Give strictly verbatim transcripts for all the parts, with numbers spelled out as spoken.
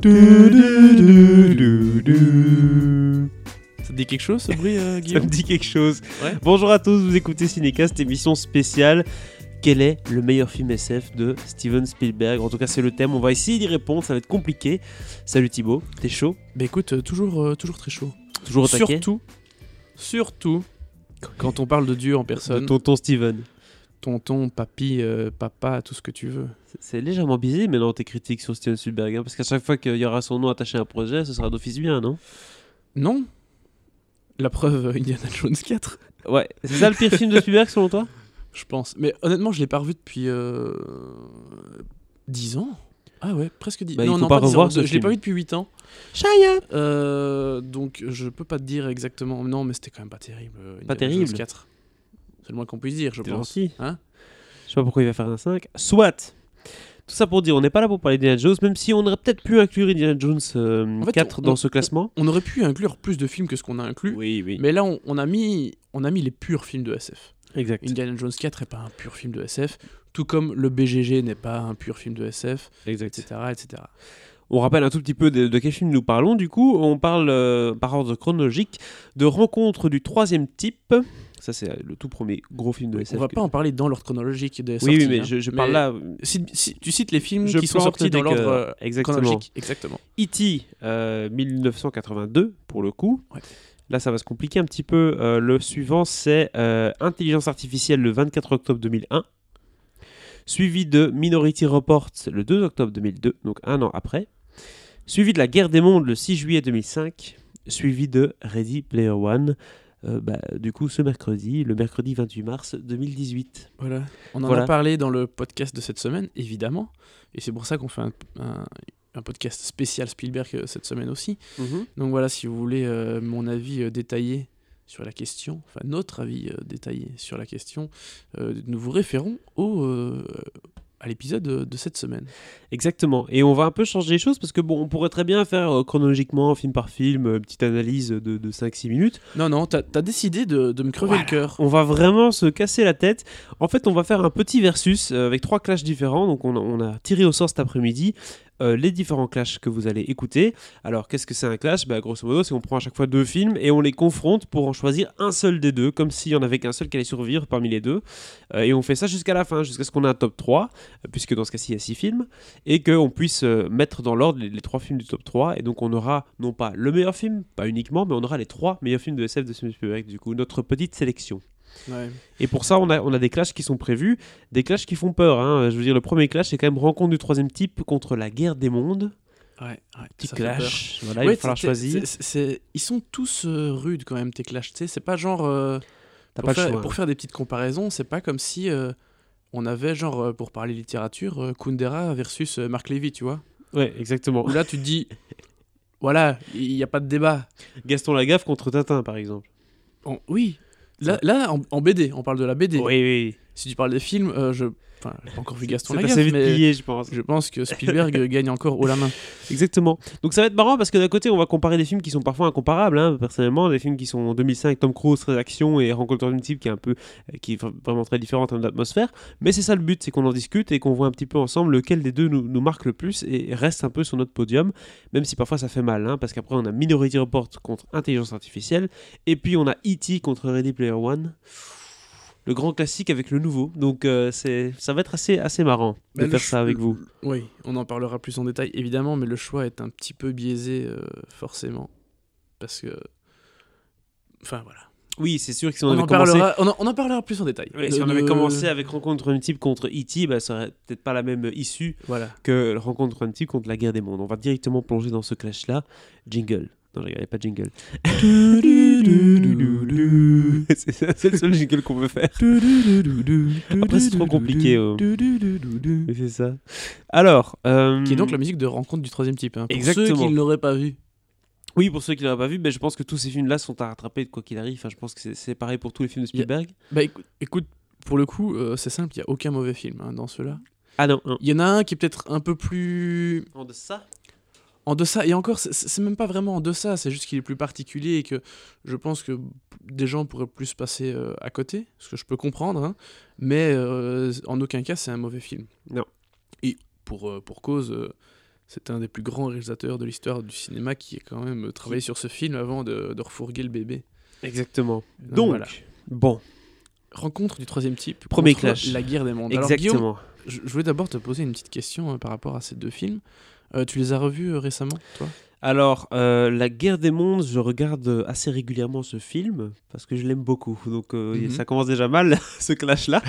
Du, du, du, du, du. Ça te dit quelque chose ce bruit, euh, Guillaume ? Ça me dit quelque chose. Ouais. Bonjour à tous, vous écoutez Cinécast, émission spéciale. Quel est le meilleur film S F de Steven Spielberg ? En tout cas, c'est le thème. On va essayer d'y répondre. Ça va être compliqué. Salut Thibaut, t'es chaud ? Bah écoute, euh, toujours, euh, toujours très chaud. Toujours au taquet ? Surtout, surtout quand on parle de Dieu en De personne. tonton Steven. Tonton, papy, euh, papa, tout ce que tu veux. C'est- C'est légèrement bizarre, mais non, tes critiques sur Steven Spielberg. Hein, parce qu'à chaque fois qu'il y aura son nom attaché à un projet, ce sera d'office bien, non ? Non ? La preuve, euh, Indiana Jones quatre, Ouais. C'est ça le pire film de Spielberg selon toi ? je pense. Mais honnêtement, je l'ai pas revu depuis euh... dix ans. Ah ouais, presque dix. Bah, il non, faut non, pas pas dix revoir ans. ce Je l'ai film. pas vu depuis huit ans. Chaya. Euh, donc je peux pas te dire exactement. Non, mais c'était quand même pas terrible. euh, Indiana terrible. Jones quatre. C'est le moins qu'on puisse dire, je T'es pense. gentil. Hein ? Je sais pas pourquoi il va faire un cinq. Soit. Tout ça pour dire, on n'est pas là pour parler d'Indiana Jones, même si on aurait peut-être pu inclure Indiana Jones euh, En fait, quatre on- dans on- ce classement. On aurait pu inclure plus de films que ce qu'on a inclus. Oui, oui. Mais là, on, on a mis, on a mis les purs films de S F. Exact. Indiana Jones quatre n'est pas un pur film de S F, tout comme le B G G n'est pas un pur film de S F, Exact. et cetera, et cetera. On rappelle un tout petit peu de, de quel film nous parlons. Du coup, on parle euh, par ordre chronologique de Rencontre du troisième type. Ça, c'est le tout premier gros film de S F. On va que- pas en parler dans l'ordre chronologique des Oui, sorties. oui, mais hein. je, je parle là. Si, si- tu cites les films Je qui sont plante sortis dans des l'ordre cœurs. euh, Exactement. chronologique. Exactement. E T euh, mille neuf cent quatre-vingt-deux pour le coup. Ouais. Là, ça va se compliquer un petit peu. Euh, le suivant, c'est euh, Intelligence artificielle le vingt-quatre octobre deux mille un. Suivi de Minority Report le deux octobre deux mille deux, donc un an après. Suivi de La Guerre des Mondes le six juillet deux mille cinq. Suivi de Ready Player One. Euh, bah, du coup, ce mercredi, le mercredi vingt-huit mars deux mille dix-huit. Voilà. On en Voilà. a parlé dans le podcast de cette semaine, évidemment. Et c'est pour ça qu'on fait un, un- un podcast spécial Spielberg euh, cette semaine aussi. Donc voilà, si vous voulez euh, mon avis euh, détaillé sur la question, enfin notre avis euh, détaillé sur la question, euh, nous vous référons au, euh, à l'épisode de, de cette semaine. Exactement. Et on va un peu changer les choses parce que bon, on pourrait très bien faire euh, chronologiquement, film par film, euh, petite analyse de, de cinq six minutes. Non, non, t'as as décidé de, de me crever Voilà. le cœur. On va vraiment se casser la tête. En fait, on va faire un petit versus euh, avec trois clashs différents. Donc, on a, on a tiré au sort cet après-midi euh, les différents clashs que vous allez écouter. Alors, qu'est-ce que c'est un clash ? Bah, grosso modo, c'est qu'on prend à chaque fois deux films et on les confronte pour en choisir un seul des deux, comme s'il n'y en avait qu'un seul qui allait survivre parmi les deux. Euh, et on fait ça jusqu'à la fin, jusqu'à ce qu'on ait un top trois, euh, puisque dans ce cas-ci, il y a six films, et qu'on puisse euh, mettre dans l'ordre les, les trois films du top trois. Et donc, on aura non pas le meilleur film, pas uniquement, mais on aura les trois meilleurs films de S F de Steven Spielberg, du coup, notre petite sélection. Ouais. Et pour ça, on a, on a des clashs qui sont prévus, des clashs qui font peur. Hein. Je veux dire, le premier clash, c'est quand même Rencontre du troisième type contre La Guerre des Mondes. Ouais, ouais, Petit ça fait peur. clash. Voilà, Ouais, il va falloir t'es- choisir. c'est- c'est- Ils sont tous euh, rudes quand même, tes clashs. Tu sais, c'est pas genre. euh, T'as pour, pas le faire, choix. pour faire des petites comparaisons, c'est pas comme si euh, on avait, genre, euh, pour parler littérature, euh, Kundera versus euh, Marc Lévy, tu vois. Ouais, exactement. Où là, tu te dis. Voilà, il n'y a pas de débat. Gaston Lagaffe contre Tintin, par exemple. En- oui. Là, là en, en B D, on parle de la B D. Oui, oui. Si tu parles des films, euh, je. Enfin, j'ai pas encore vu Gaston C'est Lagaffe, assez vite mais plié, je pense. je pense que Spielberg gagne encore haut la main. Exactement. Donc ça va être marrant parce que d'un côté, on va comparer des films qui sont parfois incomparables. Hein, personnellement, des films qui sont en deux mille cinq, Tom Cruise, très action, et Rencontre du troisième type qui est un peu, euh, qui est vraiment très différent en termes d'atmosphère. Mais c'est ça le but, c'est qu'on en discute et qu'on voit un petit peu ensemble lequel des deux nous, nous marque le plus et reste un peu sur notre podium. Même si parfois ça fait mal, hein, parce qu'après on a Minority Report contre Intelligence artificielle, et puis on a E T contre Ready Player One. Le grand classique avec le nouveau. Donc euh, c'est, ça va être assez, assez marrant de Bah, le faire ch- ça avec vous. Oui, on en parlera plus en détail, évidemment, mais le choix est un petit peu biaisé, euh, forcément. Parce que. Enfin, voilà. Oui, c'est sûr que si on, On avait en, commencé... parlera, on, en, on en parlera plus en détail. Ouais, De- si on avait de- commencé avec Rencontre du troisième type contre E T, bah, ça aurait peut-être pas la même issue Voilà. que le Rencontre du troisième type contre La Guerre des Mondes. On va directement plonger dans ce clash-là. Jingle. Non, je rigole, pas de jingle. c'est, c'est le seul jingle qu'on peut faire. Après, c'est trop compliqué. Oh. Mais c'est ça. Alors... Euh... Qui est donc la musique de Rencontre du troisième type. Hein, pour Exactement. ceux qui ne l'auraient pas vu. Oui, pour ceux qui ne l'auraient pas vu, ben, je pense que tous ces films-là sont à rattraper de quoi qu'il arrive. Enfin, je pense que c'est, c'est pareil pour tous les films de Spielberg. Bah écoute, écoute pour le coup, euh, c'est simple, il n'y a aucun mauvais film hein, dans ceux-là. Ah non, non. Il y en a un qui est peut-être un peu plus En deçà. en deçà, et encore, c'est- c'est même pas vraiment en deçà, c'est juste qu'il est plus particulier et que je pense que des gens pourraient plus passer euh, à côté, ce que je peux comprendre, hein, mais euh, en aucun cas c'est un mauvais film. Non. Et pour, euh, pour cause, euh, c'est un des plus grands réalisateurs de l'histoire du cinéma qui a quand même travaillé sur ce film avant de, de refourguer le bébé. Exactement. Donc, Donc, voilà. bon. Rencontre du troisième type. Premier contre clash. La guerre des mondes. Exactement. Alors, Guillaume, je, je voulais d'abord te poser une petite question euh, par rapport à ces deux films. Euh, tu les as revus euh, récemment, toi ? Alors, euh, La guerre des mondes, je regarde assez régulièrement ce film parce que je l'aime beaucoup. Donc, euh, Mhm. ça commence déjà mal, ce clash-là.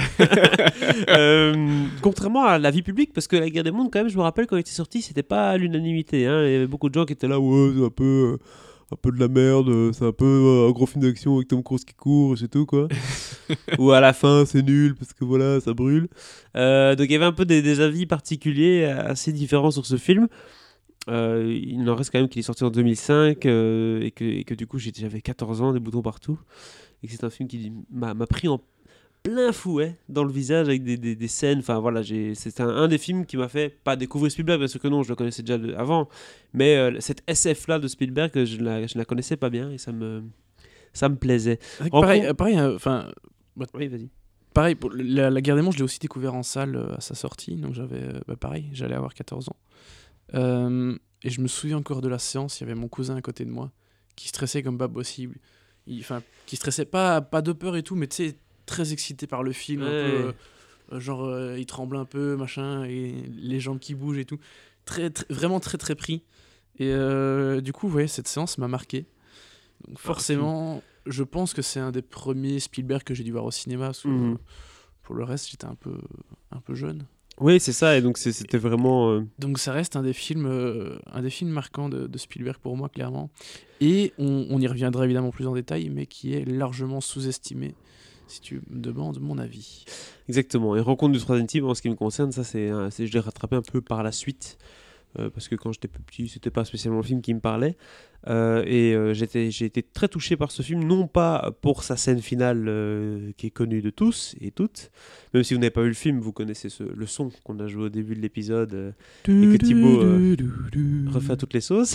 Euh, contrairement à La vie publique, parce que La guerre des mondes, quand même, je me rappelle quand il était sorti, c'était pas à l'unanimité. Hein. Il y avait beaucoup de gens qui étaient là, ouais, c'est un peu, euh, un peu de la merde, euh, c'est un peu euh, un gros film d'action avec Tom Cruise qui court, et c'est tout, quoi. Ou à la fin, c'est nul parce que voilà, ça brûle. Euh, donc, il y avait un peu des, des avis particuliers assez différents sur ce film. Euh, il en reste quand même qu'il est sorti en deux mille cinq euh, et, que, et que du coup j'étais- j'avais quatorze ans, des boutons partout, et que c'est un film qui m'a m'a pris en plein fouet dans le visage avec des, des, des scènes. Enfin voilà, j'ai- c'est un, un des films qui m'a fait pas découvrir Spielberg, bien sûr que non, je le connaissais déjà de- avant, mais euh, cette S F là de Spielberg, je la, je la connaissais pas bien et ça me, ça me plaisait. Avec En pareil, gros- euh, pareil, euh, enfin, Oui, vas-y. pareil pour la, la guerre des mondes, je l'ai aussi découvert en salle euh, à sa sortie, donc j'avais, euh, bah, pareil, j'allais avoir quatorze ans. Euh, et je me souviens encore de la séance, il y avait mon cousin à côté de moi, qui stressait comme pas possible. Il- Enfin, qui stressait pas, pas de peur et tout, mais tu sais, très excité par le film, un Ouais. peu, euh, euh, genre, euh, il tremble un peu, machin, et les jambes qui bougent et tout. Très, très- vraiment très très pris. Et euh, du coup, vous voyez, cette séance m'a marqué. Donc forcément, je pense que c'est un des premiers Spielberg que j'ai dû voir au cinéma. Parce que, Mhm. euh, pour le reste, j'étais un peu, un peu jeune. Oui, c'est ça, et donc c'est- c'était vraiment... euh, Donc ça reste un des films, euh, un des films marquants de, de Spielberg pour moi, clairement. Et on, on y reviendra évidemment plus en détail, mais qui est largement sous-estimé, si tu me demandes mon avis. Exactement. Et Rencontre du troisième type, en ce qui me concerne, ça, c'est, un- c'est je l'ai rattrapé un peu par la suite. euh, parce que quand j'étais plus petit, c'était pas spécialement le film qui me parlait. Euh, et euh, j'étais, j'ai été très touché par ce film, non pas pour sa scène finale euh, qui est connue de tous et toutes. Même si vous n'avez pas vu le film, vous connaissez ce, le son qu'on a joué au début de l'épisode euh, et que Thibaut euh, refait à toutes les sauces.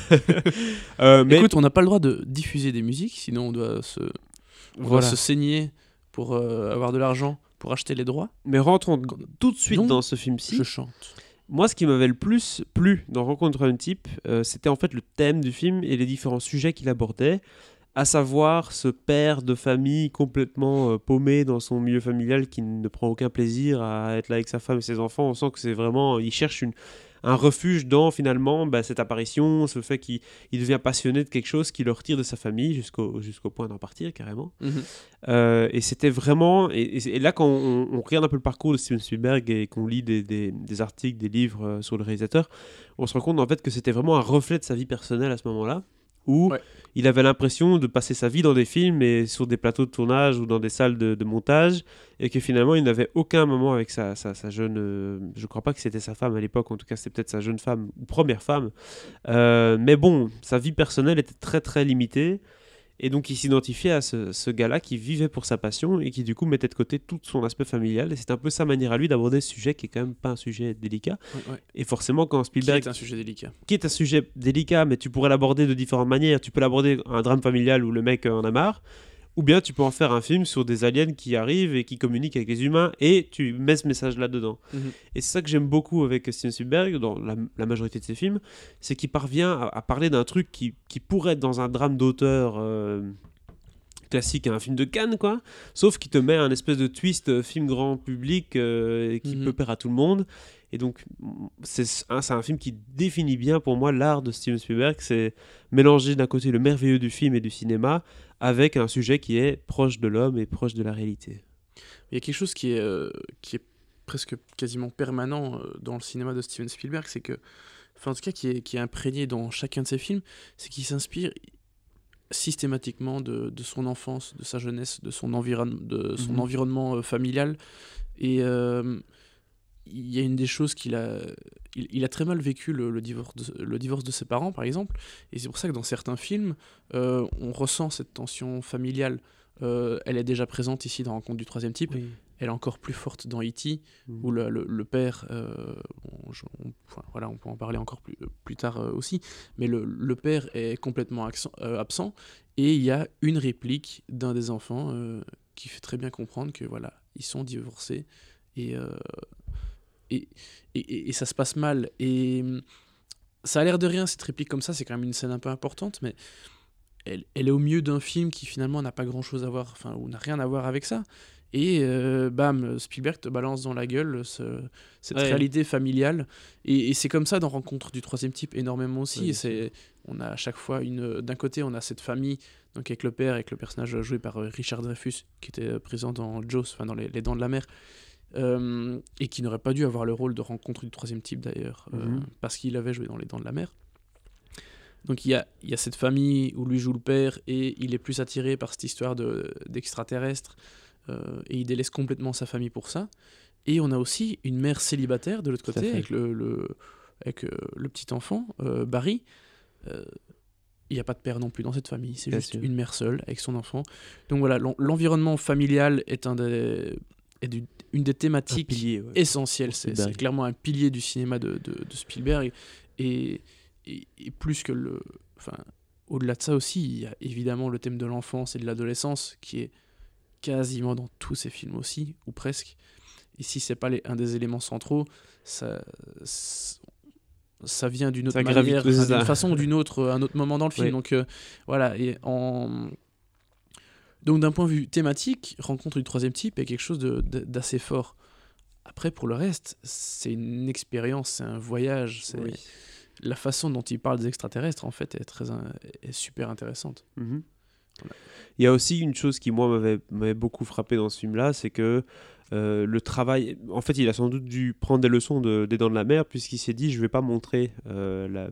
Euh, mais Écoute, on n'a pas le droit de diffuser des musiques, sinon on doit se, on doit voilà. se saigner pour euh, avoir de l'argent pour acheter les droits. Mais rentrons tout de suite Donc, dans ce film-ci. Je chante. Moi, ce qui m'avait le plus plu dans Rencontre d'un type, euh, c'était en fait le thème du film et les différents sujets qu'il abordait, à savoir ce père de famille complètement euh, paumé dans son milieu familial qui ne prend aucun plaisir à être là avec sa femme et ses enfants. On sent que c'est vraiment, il cherche une, un refuge dans finalement bah, cette apparition, ce fait qu'il il devient passionné de quelque chose qui le retire de sa famille jusqu'au, jusqu'au point d'en partir carrément. Mhm. Euh, et c'était vraiment. Et, et- et là, quand on, on regarde un peu le parcours de Steven Spielberg et qu'on lit des, des- des articles, des livres euh, sur le réalisateur, on se rend compte en fait que c'était vraiment un reflet de sa vie personnelle à ce moment-là, où Ouais. il avait l'impression de passer sa vie dans des films et sur des plateaux de tournage ou dans des salles de, de montage, et que finalement il n'avait aucun moment avec sa, sa, sa jeune. euh, je crois pas que c'était sa femme à l'époque, en tout cas c'était peut-être sa jeune femme ou première femme. Euh, mais bon, sa vie personnelle était très très limitée. Et donc il s'identifiait à ce, ce gars-là qui vivait pour sa passion et qui du coup mettait de côté tout son aspect familial. Et c'est un peu sa manière à lui d'aborder ce sujet qui est quand même pas un sujet délicat. Ouais, ouais. Et forcément quand Qui Spielberg, est un sujet délicat. qui est un sujet délicat, mais tu pourrais l'aborder de différentes manières. Tu peux l'aborder un drame familial où le mec en a marre. Ou bien tu peux en faire un film sur des aliens qui arrivent et qui communiquent avec les humains et tu mets ce message là-dedans. Mhm. Et c'est ça que j'aime beaucoup avec Steven Spielberg, dans la, la majorité de ses films, c'est qu'il parvient à, à parler d'un truc qui, qui pourrait être dans un drame d'auteur euh, classique, un film de Cannes, quoi, sauf qu'il te met un espèce de twist euh, film grand public euh, qui Mhm. peut plaire à tout le monde. Et donc, c'est un, c'est un film qui définit bien pour moi l'art de Steven Spielberg, c'est mélanger d'un côté le merveilleux du film et du cinéma avec un sujet qui est proche de l'homme et proche de la réalité. Il y a quelque chose qui est, euh, qui est presque quasiment permanent euh, dans le cinéma de Steven Spielberg, c'est que, enfin en tout cas qui est, qui est imprégné dans chacun de ses films, c'est qu'il s'inspire systématiquement de, de son enfance, de sa jeunesse, de son, environ, de son Mhm. environnement euh, familial. Et euh, il y a une des choses qu'il a... Il, il a très mal vécu le, le, divorce de, le divorce de ses parents, par exemple. Et c'est pour ça que dans certains films, euh, on ressent cette tension familiale. Euh, elle est déjà présente ici dans Rencontre du troisième type. Oui. Elle est encore plus forte dans E T, Mhm. où le, le, le père, euh, bon, je- on, enfin, voilà, on peut en parler encore plus, plus tard euh, aussi, mais le, le père est complètement accent- euh, absent, et il y a une réplique d'un des enfants euh, qui fait très bien comprendre que voilà, ils sont divorcés, et, euh, et, et, et- et ça se passe mal. Et ça a l'air de rien, cette réplique comme ça, c'est quand même une scène un peu importante, mais elle, elle est au milieu d'un film qui finalement n'a pas grand-chose à voir, enfin, ou n'a rien à voir avec ça. Et euh, bam, Spielberg te balance dans la gueule ce, cette Ouais. réalité familiale. Et, et c'est comme ça dans Rencontre du troisième type énormément aussi. Oui, et c'est, on a à chaque fois, une, d'un côté, on a cette famille, donc avec le père, avec le personnage joué par euh, Richard Dreyfuss, qui était euh, présent dans Jaws, enfin dans les, les Dents de la Mer, euh, et qui n'aurait pas dû avoir le rôle de Rencontre du troisième type d'ailleurs, euh, Mhm. parce qu'il avait joué dans les Dents de la Mer. Donc il y a, il y a cette famille où lui joue le père, et il est plus attiré par cette histoire de, d'extraterrestres. Euh, et il délaisse complètement sa famille pour ça. Et on a aussi une mère célibataire de l'autre Tout à côté, fait. avec le, le, avec, euh, le petit enfant, euh, Barry. Euh, Il n'y a pas de père non plus dans cette famille, c'est Bien juste sûr. une mère seule avec son enfant. Donc voilà, l'en- l'environnement familial est, un des, est du- une des Un thématiques pilier, ouais. essentielles. Pour C'est, Spielberg. c'est clairement un pilier du cinéma de, de, de Spielberg. Et, et, et plus que le... Enfin, au-delà de ça aussi, il y a évidemment le thème de l'enfance et de l'adolescence qui est quasiment dans tous ses films aussi, ou presque. Et si c'est pas les, un des éléments centraux, ça, ça vient d'une autre Ça gravite, manière, oui, c'est enfin, d'une ça. façon ou d'une autre, à un autre moment dans le film. Oui. Donc euh, voilà, et en... Donc d'un point de vue thématique, Rencontre du troisième type est quelque chose de, de, d'assez fort. Après, pour le reste, c'est une expérience, c'est un voyage, c'est... Oui. La façon dont il parle des extraterrestres, en fait, est, très, est super intéressante. Mhm. Voilà. Il y a aussi une chose qui, moi, m'avait, m'avait beaucoup frappé dans ce film-là, c'est que euh, le travail... En fait, il a sans doute dû prendre des leçons de, des Dents de la Mer, puisqu'il s'est dit, je vais pas montrer euh, la, la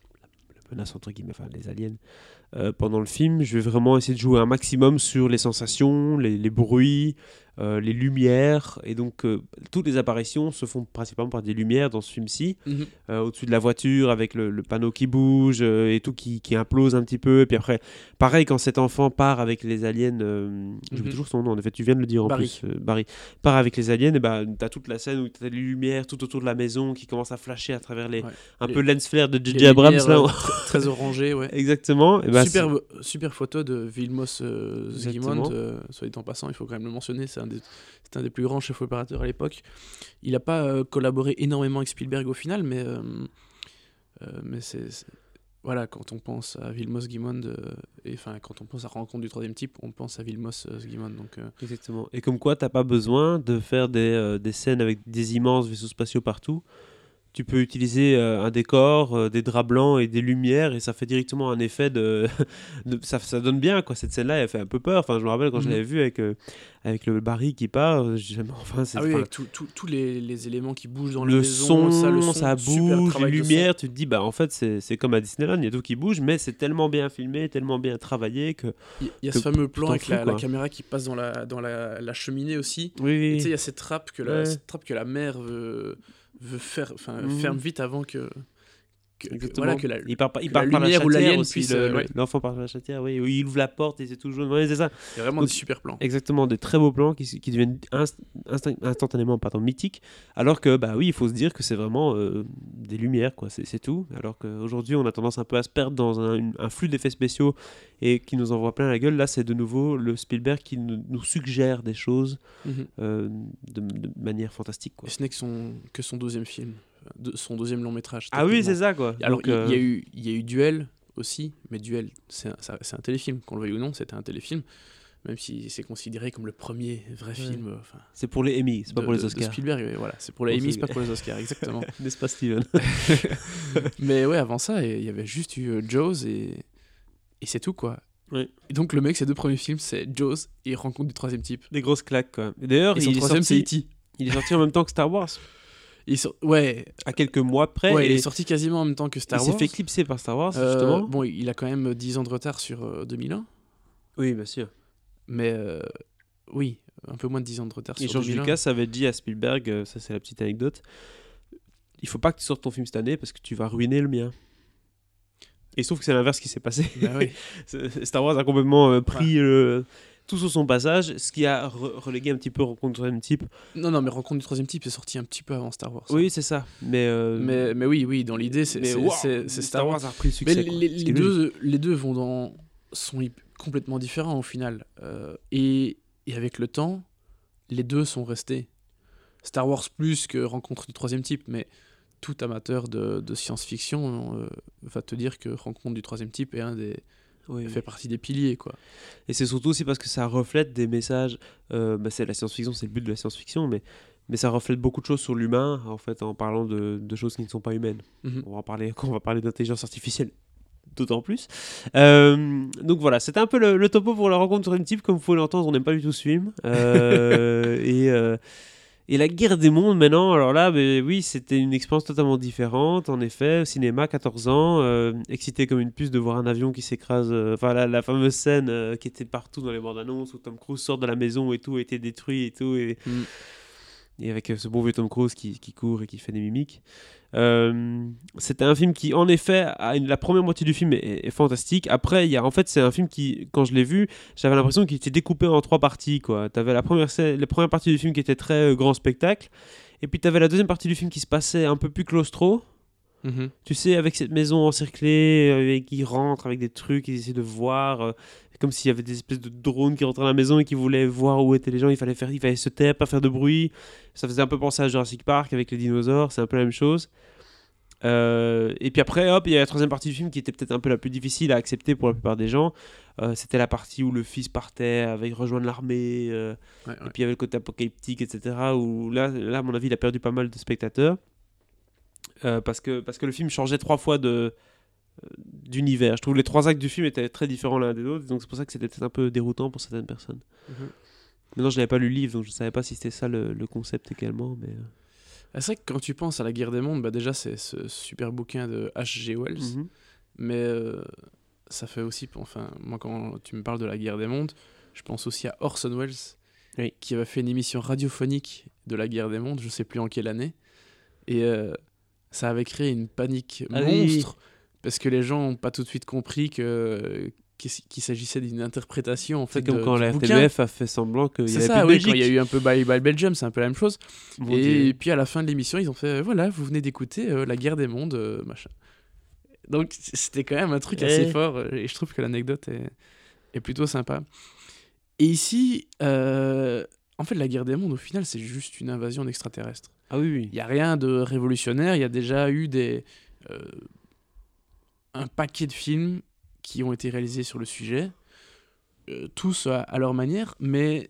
menace, entre guillemets, enfin, les aliens, euh, pendant le film. Je vais vraiment essayer de jouer un maximum sur les sensations, les, les bruits, euh, les lumières. Et donc, euh, toutes les apparitions se font principalement par des lumières dans ce film-ci. Mm-hmm. Euh, au-dessus de la voiture, avec le, le panneau qui bouge euh, et tout qui, qui implose un petit peu. Et puis après, pareil, quand cet enfant part avec les aliens, euh, j'oublie Mhm. toujours son nom, en effet, tu viens de le dire en Barry. plus, euh, Barry, part avec les aliens, et ben t'as toute la scène où t'as les lumières tout autour de la maison qui commencent à flasher à travers les, Ouais. un Les- peu lens flare de J Les J Abrams. lumières, Là, euh, tr- très orangées, ouais. exactement. Et ben, super, super photo de Vilmos euh, Exactement. Zsigmond, euh, soit dit en passant, il faut quand même le mentionner, c'est un des, c'est un des plus grands chefs opérateurs à l'époque. Il n'a pas euh, collaboré énormément avec Spielberg au final, mais, euh, euh, mais c'est, c'est- voilà, quand on pense à Vilmos Zsigmond, euh, et enfin quand on pense à Rencontre du troisième type, on pense à Vilmos euh, Zsigmond. Donc, euh, Exactement. Et comme quoi, t'as pas besoin de faire des, euh, des scènes avec des immenses vaisseaux spatiaux partout. Tu peux utiliser euh, un décor, euh, des draps blancs et des lumières, et ça fait directement un effet de... de- ça, ça donne bien, quoi. Cette scène-là, elle fait un peu peur. Enfin, je me rappelle quand je Mhm. l'avais vu avec, euh, avec le Barry qui part, euh, j'ai- enfin, c'est... ah oui, enfin, avec tous tout, tous les, les éléments qui bougent dans la le maison, son, ça, le son, ça super bouge, les travail de son. lumières, tu te dis, bah en fait, c'est c'est comme à Disneyland, il y a tout qui bouge, mais c'est tellement bien filmé, tellement bien travaillé que... Il y a que ce fameux tu plan t'en avec fous, la, la quoi. caméra qui passe dans la, dans la, la cheminée aussi. Oui, Et oui. tu sais, il y a cette trappe que la, Ouais. cette trappe que la mère veut, veut faire, enfin, Mhm. ferme vite avant que, que, que- Exactement. voilà, que la, il part, par- il que part la par la lumière ou chatière l'alien aussi, puisse, le- euh, le- ouais. l'enfant part par la chatière, oui, où il ouvre la porte et c'est tout jaune, ouais, c'est ça. il y a vraiment Donc, des super plans. Exactement, des très beaux plans qui, qui deviennent inst- instinct- instantanément pardon, mythiques, alors que, bah oui, il faut se dire que c'est vraiment euh, des lumières, quoi, c'est c'est tout. Alors qu'aujourd'hui, on a tendance un peu à se perdre dans un, une- un flux d'effets spéciaux et qui nous envoie plein la gueule. Là, c'est de nouveau le Spielberg qui nous, nous suggère des choses Mhm. euh, de, de manière fantastique, quoi. Et ce n'est que son, que son deuxième film, de, son deuxième long métrage. Ah oui, techniquement. c'est ça, quoi. Alors, Donc, il euh, il y, a eu, il y a eu Duel aussi, mais Duel, c'est un, ça- c'est un téléfilm, qu'on le veuille ou non, c'était un téléfilm, même si c'est considéré comme le premier vrai Ouais. film euh, enfin, c'est pour les Emmy, c'est pas de, pour les de- de Oscars. Spielberg. Et voilà, c'est pour les Pour Emmy, ceux- c'est pas pour les Oscars, exactement. N'est-ce pas, Steven? Mais ouais, avant ça, il y avait juste eu euh, Jaws et, et c'est tout, quoi. Oui. Et donc, le mec, ses deux premiers films, c'est Jaws et Rencontre du troisième type. Des grosses claques, quoi. Et d'ailleurs, Et son il, est troisième, c'est sorti- E T il est sorti en même temps que Star Wars, Il sort- Ouais, à quelques mois près. ouais et il est sorti quasiment en même temps que Star il Wars. s'est fait éclipser par Star Wars, Euh, justement. bon, il a quand même dix ans de retard sur euh, deux mille un, Oui, bien sûr. mais euh, oui, un peu moins de dix ans de retard Et sur George deux mille un. Lucas avait dit à Spielberg, euh, ça c'est la petite anecdote, il faut pas que tu sortes ton film cette année parce que tu vas ruiner le mien. Et il se trouve que c'est l'inverse qui s'est passé. Bah oui. C'est- Star Wars a complètement euh, pris euh, tout sur son passage, ce qui a re- relégué un petit peu Rencontre du troisième type. Non, non, mais Rencontre du troisième type est sorti un petit peu avant Star Wars. Oui, c'est ça. Mais, euh, Mais, mais oui, oui, dans l'idée, c'est mais c'est- waouh, c'est- c'est Star Wars. a repris le Mais succès. les, quoi. les- Ce qui les est logique. deux, les deux vont dans, sont hyp- complètement différents au final. Euh, et, et avec le temps, les deux sont restés. Star Wars plus que Rencontre du troisième type, mais tout amateur de, de science-fiction euh, va te dire que Rencontre du troisième type est un des, Oui. fait partie des piliers, quoi. Et c'est surtout aussi parce que ça reflète des messages. Euh, bah c'est la science-fiction, c'est le but de la science-fiction, mais, mais ça reflète beaucoup de choses sur l'humain, en fait, en parlant de, de choses qui ne sont pas humaines. Mm-hmm. On va en parler quand on va parler d'intelligence artificielle, d'autant plus. Euh, donc voilà, c'était un peu le, le topo pour la Rencontre du troisième type. Comme vous pouvez l'entendre, on n'aime pas du tout ce film. Euh, et. Euh, Et la guerre des mondes, maintenant, alors là, ben, oui, c'était une expérience totalement différente, en effet, au cinéma, quatorze ans, euh, excité comme une puce de voir un avion qui s'écrase, enfin euh, la, la fameuse scène euh, qui était partout dans les bandes annonces, où Tom Cruise sort de la maison et tout a été détruit et tout, et, Mm. et avec euh, ce bon vieux Tom Cruise qui, qui court et qui fait des mimiques. Euh, c'était un film qui, en effet, a une, la première moitié du film est, est fantastique. Après, il y a, en fait, c'est un film qui, quand je l'ai vu, j'avais l'impression qu'il était découpé en trois parties, quoi. T'avais la première, la première partie du film qui était très euh, grand spectacle, et puis t'avais la deuxième partie du film qui se passait un peu plus claustro. Mm-hmm. Tu sais, avec cette maison encerclée, euh, et qui rentre avec des trucs, ils essaient de voir, euh, comme s'il y avait des espèces de drones qui rentraient dans la maison et qui voulaient voir où étaient les gens. Il fallait faire, il fallait se taire, pas faire de bruit. Ça faisait un peu penser à Jurassic Park avec les dinosaures. C'est un peu la même chose. Euh, et puis après, hop, il y a la troisième partie du film qui était peut-être un peu la plus difficile à accepter pour la plupart des gens. Euh, c'était la partie où le fils partait avec rejoindre l'armée, euh, Ouais, ouais. et puis il y avait le côté apocalyptique, et cetera. Où là, là, à mon avis, il a perdu pas mal de spectateurs. Euh, parce, que, parce que le film changeait trois fois de, euh, d'univers. Je trouve que les trois actes du film étaient très différents l'un des autres, donc c'est pour ça que c'était peut-être un peu déroutant pour certaines personnes. Mm-hmm. Maintenant, je n'avais pas lu le livre, donc je ne savais pas si c'était ça le, le concept également. Mais... C'est vrai que quand tu penses à la guerre des mondes, bah déjà c'est ce super bouquin de H G Wells, Mm-hmm. mais euh, ça fait aussi, enfin moi quand tu me parles de la guerre des mondes, je pense aussi à Orson Welles, oui. qui avait fait une émission radiophonique de la guerre des mondes, je sais plus en quelle année, et euh, ça avait créé une panique Ah monstre, oui. parce que les gens n'ont pas tout de suite compris que qu'il s'agissait d'une interprétation en fait, c'est comme de, quand du la bouquin. R T B F a fait semblant qu'il y C'est avait ça, plus de oui, Belgique. quand il y a eu un peu Bye Bye Belgium, c'est un peu la même chose. Mon Et Dieu. puis à la fin de l'émission, ils ont fait, euh, voilà, vous venez d'écouter euh, la guerre des mondes, euh, machin. Donc c'était quand même un truc Eh. assez fort, euh, et je trouve que l'anecdote est, est plutôt sympa. Et ici, euh, en fait, la guerre des mondes, au final, c'est juste une invasion d'extraterrestres. Ah oui, oui. Il n'y a rien de révolutionnaire, il y a déjà eu des, euh, un paquet de films qui ont été réalisés sur le sujet, euh, tous à, à leur manière, mais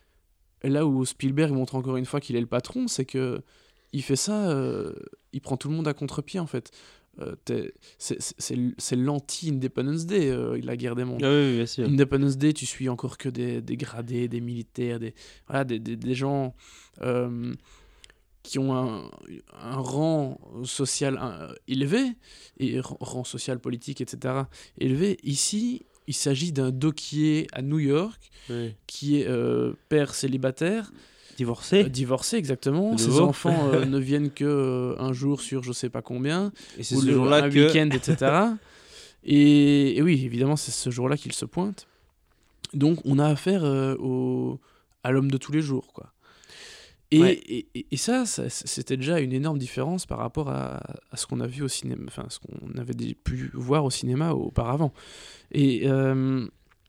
là où Spielberg montre encore une fois qu'il est le patron, c'est que il fait ça, euh, il prend tout le monde à contre-pied en fait. Euh, c'est, c'est, c'est l'anti-Independence Day, euh, la guerre des mondes. Ah oui, oui, bien sûr. Independence Day, tu suis encore que des, des gradés, des militaires, des, voilà, des, des, des gens euh, qui ont un, un rang social un, élevé, et rang social politique, et cetera élevé. Ici, il s'agit d'un doquier à New York, oui. qui est euh, père célibataire, divorcé, euh, divorcé exactement. De Ses nouveau. enfants euh, ne viennent que euh, un jour sur je sais pas combien, et c'est ou ce le, jour-là un que week-end, et cetera. et, et oui, évidemment, c'est ce jour-là qu'il se pointe. Donc, on a affaire euh, au, à l'homme de tous les jours, quoi. Et, Ouais. et, et, et ça, ça, c'était déjà une énorme différence par rapport à, à ce qu'on a vu au cinéma, enfin, ce qu'on avait pu voir au cinéma auparavant. Et euh,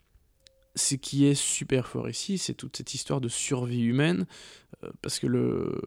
ce qui est super fort ici, c'est toute cette histoire de survie humaine, euh, parce que le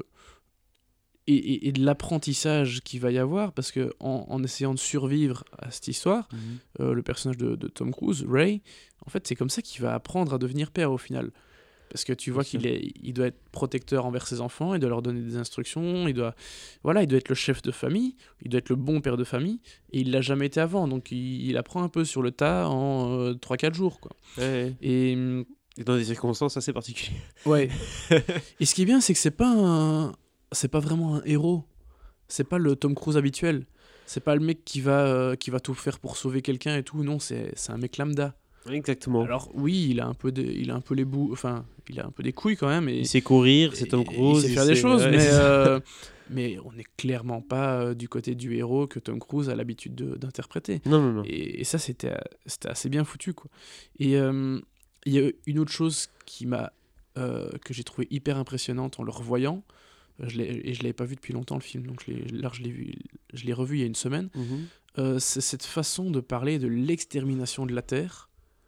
et, et, et de l'apprentissage qu'il va y avoir, parce que en, en essayant de survivre à cette histoire, mm-hmm. euh, le personnage de, de Tom Cruise, Ray, en fait, c'est comme ça qu'il va apprendre à devenir père au final. Parce que tu vois qu'il est, il doit être protecteur envers ses enfants, il doit leur donner des instructions, il doit, voilà, il doit être le chef de famille, il doit être le bon père de famille, et il l'a jamais été avant, donc il, il apprend un peu sur le tas en euh, trois quatre jours, quoi. Ouais. Et, et dans des circonstances assez particulières. Ouais. Et ce qui est bien, c'est que c'est pas un, c'est pas vraiment un héros, c'est pas le Tom Cruise habituel, c'est pas le mec qui va, euh, qui va tout faire pour sauver quelqu'un et tout, non, c'est, c'est un mec lambda. Exactement. Alors oui, il a un peu de, il a un peu les bouts, enfin, il a un peu des couilles quand même. Et, il sait courir, c'est Tom Cruise. Il sait faire il des sait... choses, ouais, mais, euh, mais on n'est clairement pas euh, du côté du héros que Tom Cruise a l'habitude de, d'interpréter. Non, non, non. Et, et ça, c'était, c'était assez bien foutu, quoi. Et il euh, y a une autre chose qui m'a, euh, que j'ai trouvé hyper impressionnante en le revoyant. Je l'ai, et je l'avais pas vu depuis longtemps le film, donc je l'ai, là je l'ai vu, je l'ai revu il y a une semaine. Mm-hmm. Euh, c'est cette façon de parler de l'extermination de la Terre,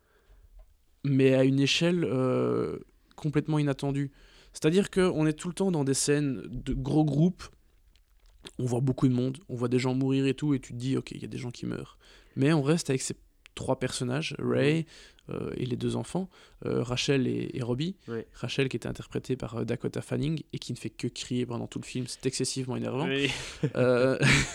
mais à une échelle euh, complètement inattendue. C'est-à-dire qu'on est tout le temps dans des scènes de gros groupes on voit beaucoup de monde, on voit des gens mourir et tout, et tu te dis, ok, il y a des gens qui meurent. Mais on reste avec ces trois personnages, Ray euh, et les deux enfants, euh, Rachel et, et Robbie. Oui. Rachel qui était interprétée par euh, Dakota Fanning et qui ne fait que crier pendant tout le film, c'est excessivement énervant. Oui. Euh...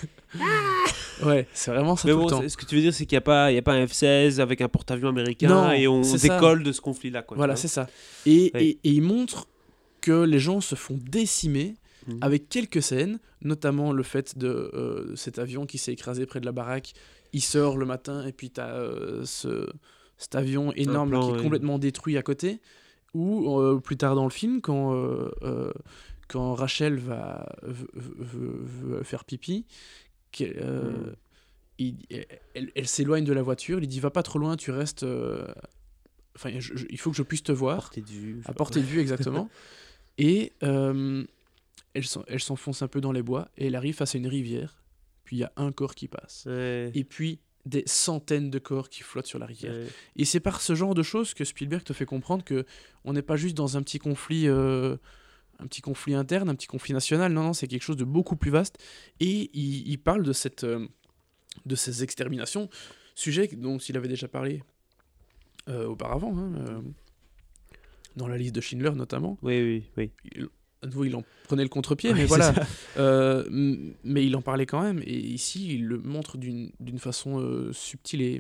ouais, c'est vraiment ça Mais tout bon, le temps. ce que tu veux dire, c'est qu'il n'y a, pas, il y a pas un F seize avec un porte-avions américain Non, et on c'est ça. décolle de ce conflit-là. Quoi, Voilà, tu c'est ça. Et, Oui. et, et il montre que les gens se font décimer Mhm. avec quelques scènes, notamment le fait de euh, cet avion qui s'est écrasé près de la baraque. Il sort le matin et puis tu as euh, ce, cet avion énorme plan, qui est oui. complètement détruit à côté. Ou euh, plus tard dans le film, quand, euh, euh, quand Rachel va veut, veut- veut faire pipi, qu'elle, euh, Mhm. il- elle, elle s'éloigne de la voiture, il dit va pas trop loin, tu restes... euh, Enfin, je- je- il faut que je puisse te voir. Portée de vue, je sais À pas. portée de vue, exactement. Et euh, elle, s'en- elle s'enfonce un peu dans les bois et elle arrive face à une rivière. Puis il y a un corps qui passe. Ouais. Et puis des centaines de corps qui flottent sur la rivière. Ouais. Et c'est par ce genre de choses que Spielberg te fait comprendre que on n'est pas juste dans un petit conflit, euh, un petit conflit interne, un petit conflit national. Non, non, c'est quelque chose de beaucoup plus vaste. Et il, il parle de cette, euh, de ces exterminations, sujet dont il avait déjà parlé euh, auparavant. Hein, euh, dans la liste de Schindler notamment. Oui, oui, oui. Il, à nouveau, il en prenait le contre-pied, Ouais, mais c'est voilà. ça. Euh, m- mais il en parlait quand même. Et ici, il le montre d'une d'une façon euh, subtile et,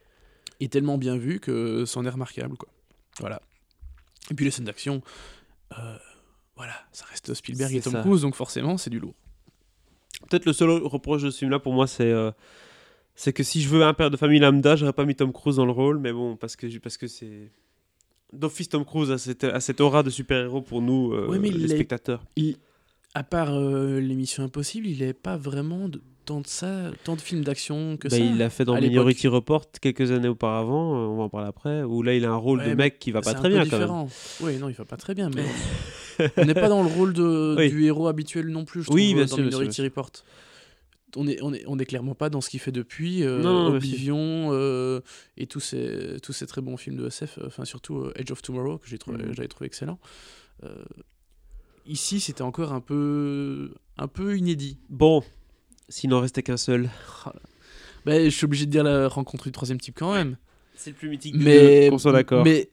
et tellement bien vue que c'en est remarquable, quoi. Voilà. Et puis les scènes d'action, euh, voilà, ça reste Spielberg et C'est Tom ça. Cruise, donc forcément, c'est du lourd. Peut-être le seul reproche de ce film-là pour moi, c'est euh, c'est que si je veux un père de famille lambda, j'aurais pas mis Tom Cruise dans le rôle, mais bon, parce que, parce que c'est. D'office, Tom Cruise a cette, a cette aura de super-héros pour nous, euh, Ouais, mais les il est- spectateurs. Il, à part euh, l'émission Impossible, il n'est pas vraiment de, tant de ça, tant de films d'action que Bah, ça. il l'a fait dans à l'époque. Minority Report quelques années auparavant, euh, on va en parler après, où là il a un rôle Ouais, de mais mec qui va pas C'est très un peu bien quand même. différent. Oui, non, il va pas très bien, mais on n'est pas dans le rôle de, Oui. du héros habituel non plus, je Oui, trouve, bien dans sûr, bien sûr, Minority Report. On est, on, est, on est clairement pas dans ce qu'il fait depuis, euh, Non, non, bien sûr. Oblivion euh, et tous ces, tous ces très bons films de S F, enfin surtout euh, Edge of Tomorrow, que j'ai trouvé, Mhm. j'avais trouvé excellent. Euh, ici, c'était encore un peu, un peu inédit. Bon, s'il n'en restait qu'un seul. Ah là. Bah, je suis obligé de dire la rencontre du troisième type quand même. C'est le plus mythique des Mais, deux, qu'on soit d'accord. mais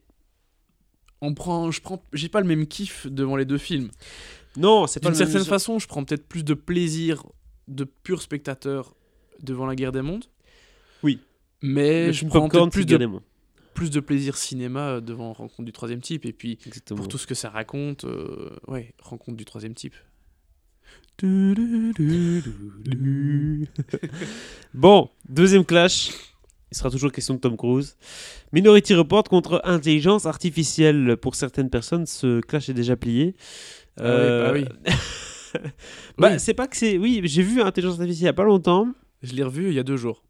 on prend, je prends, j'ai pas le même kiff devant les deux films. Non, c'est pas D'une le même certaine jeu. façon, je prends peut-être plus de plaisir de pur spectateur devant la guerre des mondes. Oui. Mais Le je film prends Popcorn, peut-être plus c'est de, Guérémon. plus de plaisir cinéma euh, devant Rencontre du troisième type. Et puis, Exactement. pour tout ce que ça raconte, euh, ouais, Rencontre du troisième type. Bon, deuxième clash. Il sera toujours question de Tom Cruise. Minority Report contre intelligence artificielle. Pour certaines personnes, ce clash est déjà plié. Ah oui, bah oui. Bah, Oui. c'est pas que c'est. Oui, j'ai vu intelligence artificielle il y a pas longtemps. Je l'ai revu il y a deux jours.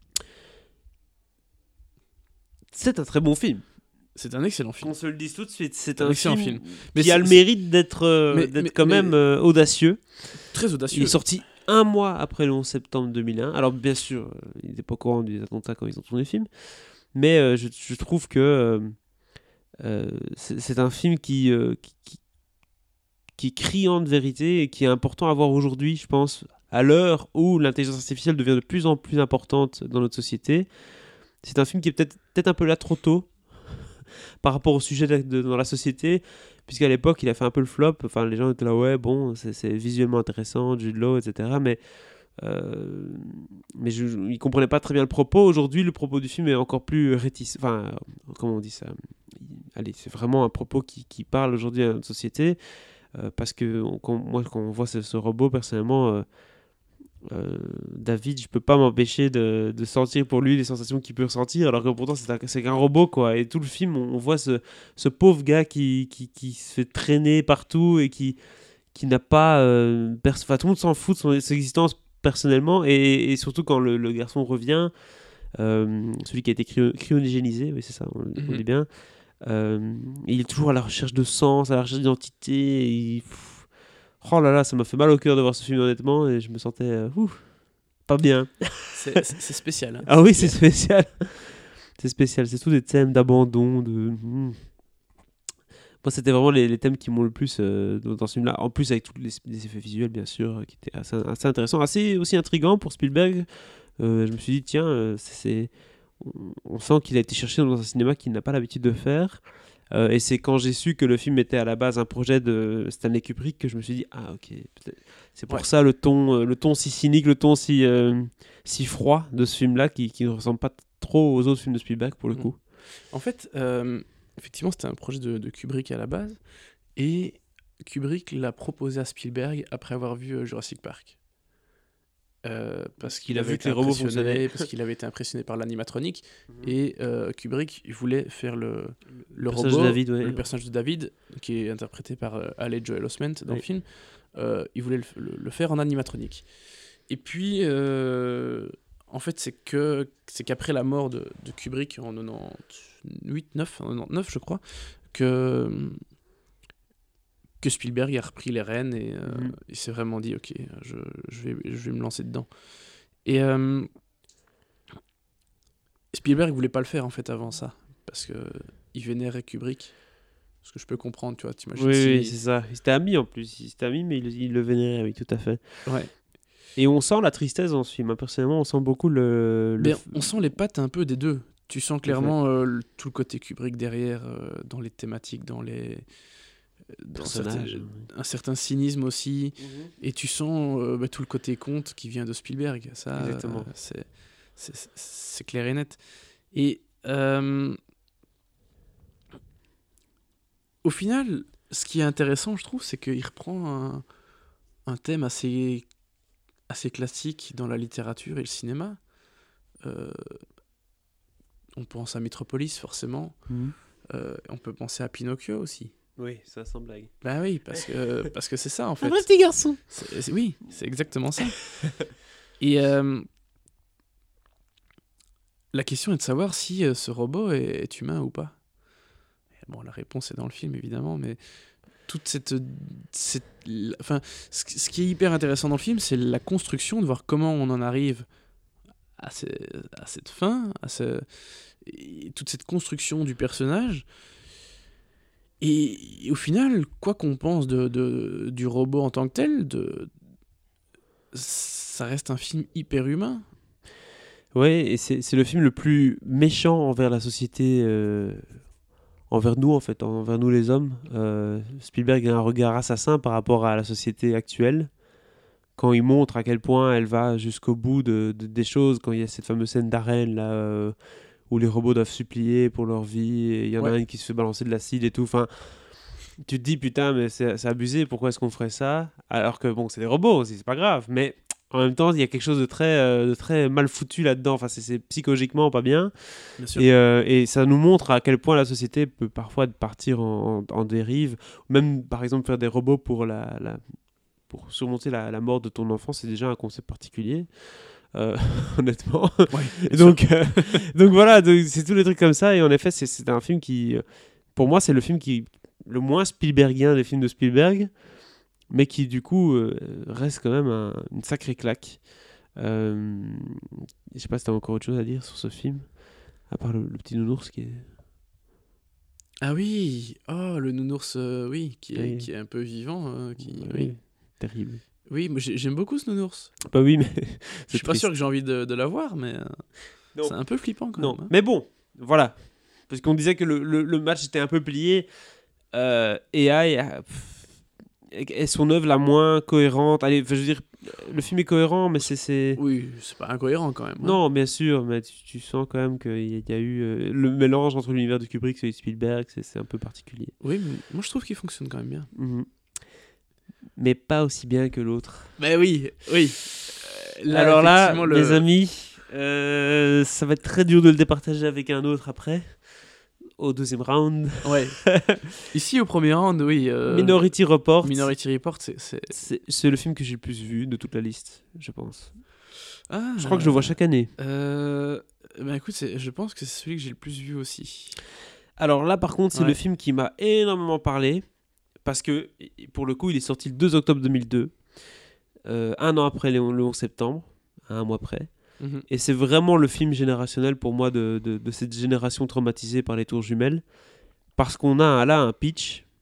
C'est un très bon film. C'est un excellent film. Qu'on se le dise tout de suite, c'est Un un excellent film, film. Mais qui a c'est- le mérite d'être euh, Mais- d'être mais- quand mais- même euh, audacieux. Très Il audacieux. est sorti un mois après le onze septembre deux mille un. Alors bien sûr, euh, il n'était pas au courant des attentats quand ils ont tourné le film, mais euh, je, je trouve que euh, euh, c'est c'est un film qui, euh, qui, qui, qui est criant de vérité et qui est important à voir aujourd'hui, je pense, à l'heure où l'intelligence artificielle devient de plus en plus importante dans notre société. C'est un film qui est peut-être peut-être un peu là trop tôt par rapport au sujet de, de- dans la société, puisqu'à l'époque il a fait un peu le flop. Enfin, les gens étaient là, ouais, bon, c'est, c'est visuellement intéressant, Jude Law, et cetera. Mais, euh, mais je, je- ils comprenaient pas très bien le propos. Aujourd'hui, le propos du film est encore plus réticent. Enfin, euh, comment on dit ça Il- Allez, c'est vraiment un propos qui, qui parle aujourd'hui à notre société. euh, parce que on- quand, moi, quand on voit ce, ce robot, personnellement, euh, euh, David, je peux pas m'empêcher de, de sentir pour lui les sensations qu'il peut ressentir, alors que pourtant c'est, un- c'est qu'un robot, quoi. Et tout le film, on, on voit ce, ce pauvre gars qui, qui, qui se fait traîner partout et qui, qui n'a pas... euh, pers- enfin, tout le monde s'en fout de son, son existence personnellement, et, et surtout quand le, le garçon revient, euh, celui qui a été cryo- cryogénisé, oui c'est ça, on, on Mhm. dit bien, euh, il est toujours à la recherche de sens, à la recherche d'identité, et il- pff, oh là là, ça m'a fait mal au cœur de voir ce film, honnêtement, et je me sentais euh, ouf, pas bien. C'est c'est- c'est spécial. hein. Ah oui, c'est spécial. C'est spécial, c'est tout des thèmes d'abandon, de... hmm. Moi, c'était vraiment les, les thèmes qui m'ont le plus euh, dans, dans ce film-là. En plus, avec tous les, les effets visuels, bien sûr, euh, qui étaient assez, assez intéressants, assez aussi intrigants pour Spielberg. Euh, je me suis dit, tiens, euh, c'est, c'est... On, on sent qu'il a été cherché dans un cinéma qu'il n'a pas l'habitude de faire. Euh, et c'est quand j'ai su que le film était à la base un projet de Stanley Kubrick que je me suis dit, ah ok, c'est pour ouais. ça le ton, euh, le ton si cynique, le ton si, euh, si froid de ce film-là qui, qui ne ressemble pas trop aux autres films de Spielberg pour le coup. En fait, euh, effectivement, c'était un projet de, de Kubrick à la base, et Kubrick l'a proposé à Spielberg après avoir vu euh, Jurassic Park. Euh, parce qu'il avait été impressionné, parce qu'il avait été impressionné par l'animatronique, mmh. et euh, Kubrick il voulait faire le, le, le robot, de David, ouais. le personnage de David, qui est interprété par euh, Haley Joel Osment dans oui. le film. Euh, il voulait le, le, le faire en animatronique. Et puis, euh, en fait, c'est que c'est qu'après la mort de, de Kubrick en quatre-vingt-dix-huit, neuf, quatre-vingt-dix-neuf, je crois, que que Spielberg a repris les rênes et euh, mmh. il s'est vraiment dit ok, je, je, vais, je vais me lancer dedans. Et euh, Spielberg voulait pas le faire en fait avant ça, parce que il vénérait Kubrick, ce que je peux comprendre, tu vois, t'imagines. Oui, si... oui, c'est ça. Il s'était ami en plus, il s'était ami, mais il, il le vénérait, oui, tout à fait. Ouais. Et on sent la tristesse dans ce film. Personnellement, on sent beaucoup le. le... Ben, on sent les pattes un peu des deux. Tu sens clairement euh, le, tout le côté Kubrick derrière, euh, dans les thématiques, dans les. Dans certains, un certain cynisme aussi, mmh. et tu sens euh, bah, tout le côté conte qui vient de Spielberg, ça Exactement. Euh, c'est, c'est, c'est clair et net. Et euh, au final, ce qui est intéressant, je trouve, c'est qu'il reprend un, un thème assez, assez classique dans la littérature et le cinéma. Euh, on pense à Metropolis, forcément. Mmh. Euh, on peut penser à Pinocchio aussi. Oui, ça sans blague. Bah oui, parce que, parce que c'est ça, en fait. Un vrai petit garçon. C'est, c'est, oui, c'est exactement ça. Et euh, la question est de savoir si euh, ce robot est, est humain ou pas. Et bon, la réponse est dans le film, évidemment, mais toute cette... cette enfin, ce, ce qui est hyper intéressant dans le film, c'est la construction, de voir comment on en arrive à, ce, à cette fin, à ce, et toute cette construction du personnage. Et, et au final, quoi qu'on pense de, de, du robot en tant que tel, de, ça reste un film hyper humain. Ouais, et c'est, c'est le film le plus méchant envers la société, euh, envers nous en fait, envers nous les hommes. Euh, Spielberg a un regard assassin par rapport à la société actuelle, quand il montre à quel point elle va jusqu'au bout de, de, des choses, quand il y a cette fameuse scène d'arène là... Euh, où les robots doivent supplier pour leur vie, et il y en ouais. a une qui se fait balancer de l'acide et tout. Enfin, tu te dis, putain, mais c'est, c'est abusé, pourquoi est-ce qu'on ferait ça ? Alors que, bon, c'est des robots aussi, c'est pas grave. Mais en même temps, il y a quelque chose de très, euh, de très mal foutu là-dedans. Enfin, c'est, c'est psychologiquement pas bien. Bien sûr. Et, euh, et ça nous montre à quel point la société peut parfois partir en, en, en dérive. Même, par exemple, faire des robots pour, la, la, pour surmonter la, la mort de ton enfant, c'est déjà un concept particulier. Euh, honnêtement. Ouais, donc, euh, donc voilà, donc, c'est tous les trucs comme ça. Et en effet, c'est, c'est un film qui, pour moi, c'est le film qui le moins Spielbergien des films de Spielberg, mais qui du coup euh, reste quand même un, une sacrée claque. Euh, je sais pas si t'as encore autre chose à dire sur ce film, à part le, le petit nounours qui est. Ah oui, oh le nounours, euh, oui, qui est, oui. qui est un peu vivant, euh, qui, oui. oui, terrible. Oui, moi j'aime beaucoup ce nounours. Bah oui, mais je suis pas sûr que j'ai envie de, de l'avoir, mais euh, c'est un peu flippant quand non. même. Hein. Mais bon, voilà. Parce qu'on disait que le, le, le match était un peu plié. Euh, A I est son œuvre la moins cohérente. Allez, je veux dire, le film est cohérent, mais c'est... c'est... Oui, c'est pas incohérent quand même. Hein. Non, bien sûr, mais tu, tu sens quand même qu'il y a eu... Euh, le mélange entre l'univers de Kubrick et celui de Spielberg, c'est, c'est un peu particulier. Oui, mais moi je trouve qu'il fonctionne quand même bien. Mm-hmm. Mais pas aussi bien que l'autre. Mais oui, oui. Euh, là, Alors là, le... les amis, euh, ça va être très dur de le départager avec un autre après, au deuxième round. Ouais. Ici, au premier round, oui. Euh... Minority Report. Minority Report, c'est, c'est... C'est, c'est le film que j'ai le plus vu de toute la liste, je pense. Ah, je crois que je le vois chaque année. Euh... Ben écoute, c'est... je pense que c'est celui que j'ai le plus vu aussi. Alors là, par contre, c'est ouais. le film qui m'a énormément parlé. Parce que, pour le coup, il est sorti le deux octobre deux mille deux, euh, un an après le onze septembre, un mois près. Mm-hmm. Et c'est vraiment le film générationnel pour moi de, de, de cette génération traumatisée par les tours jumelles. Parce qu'on a là un pitch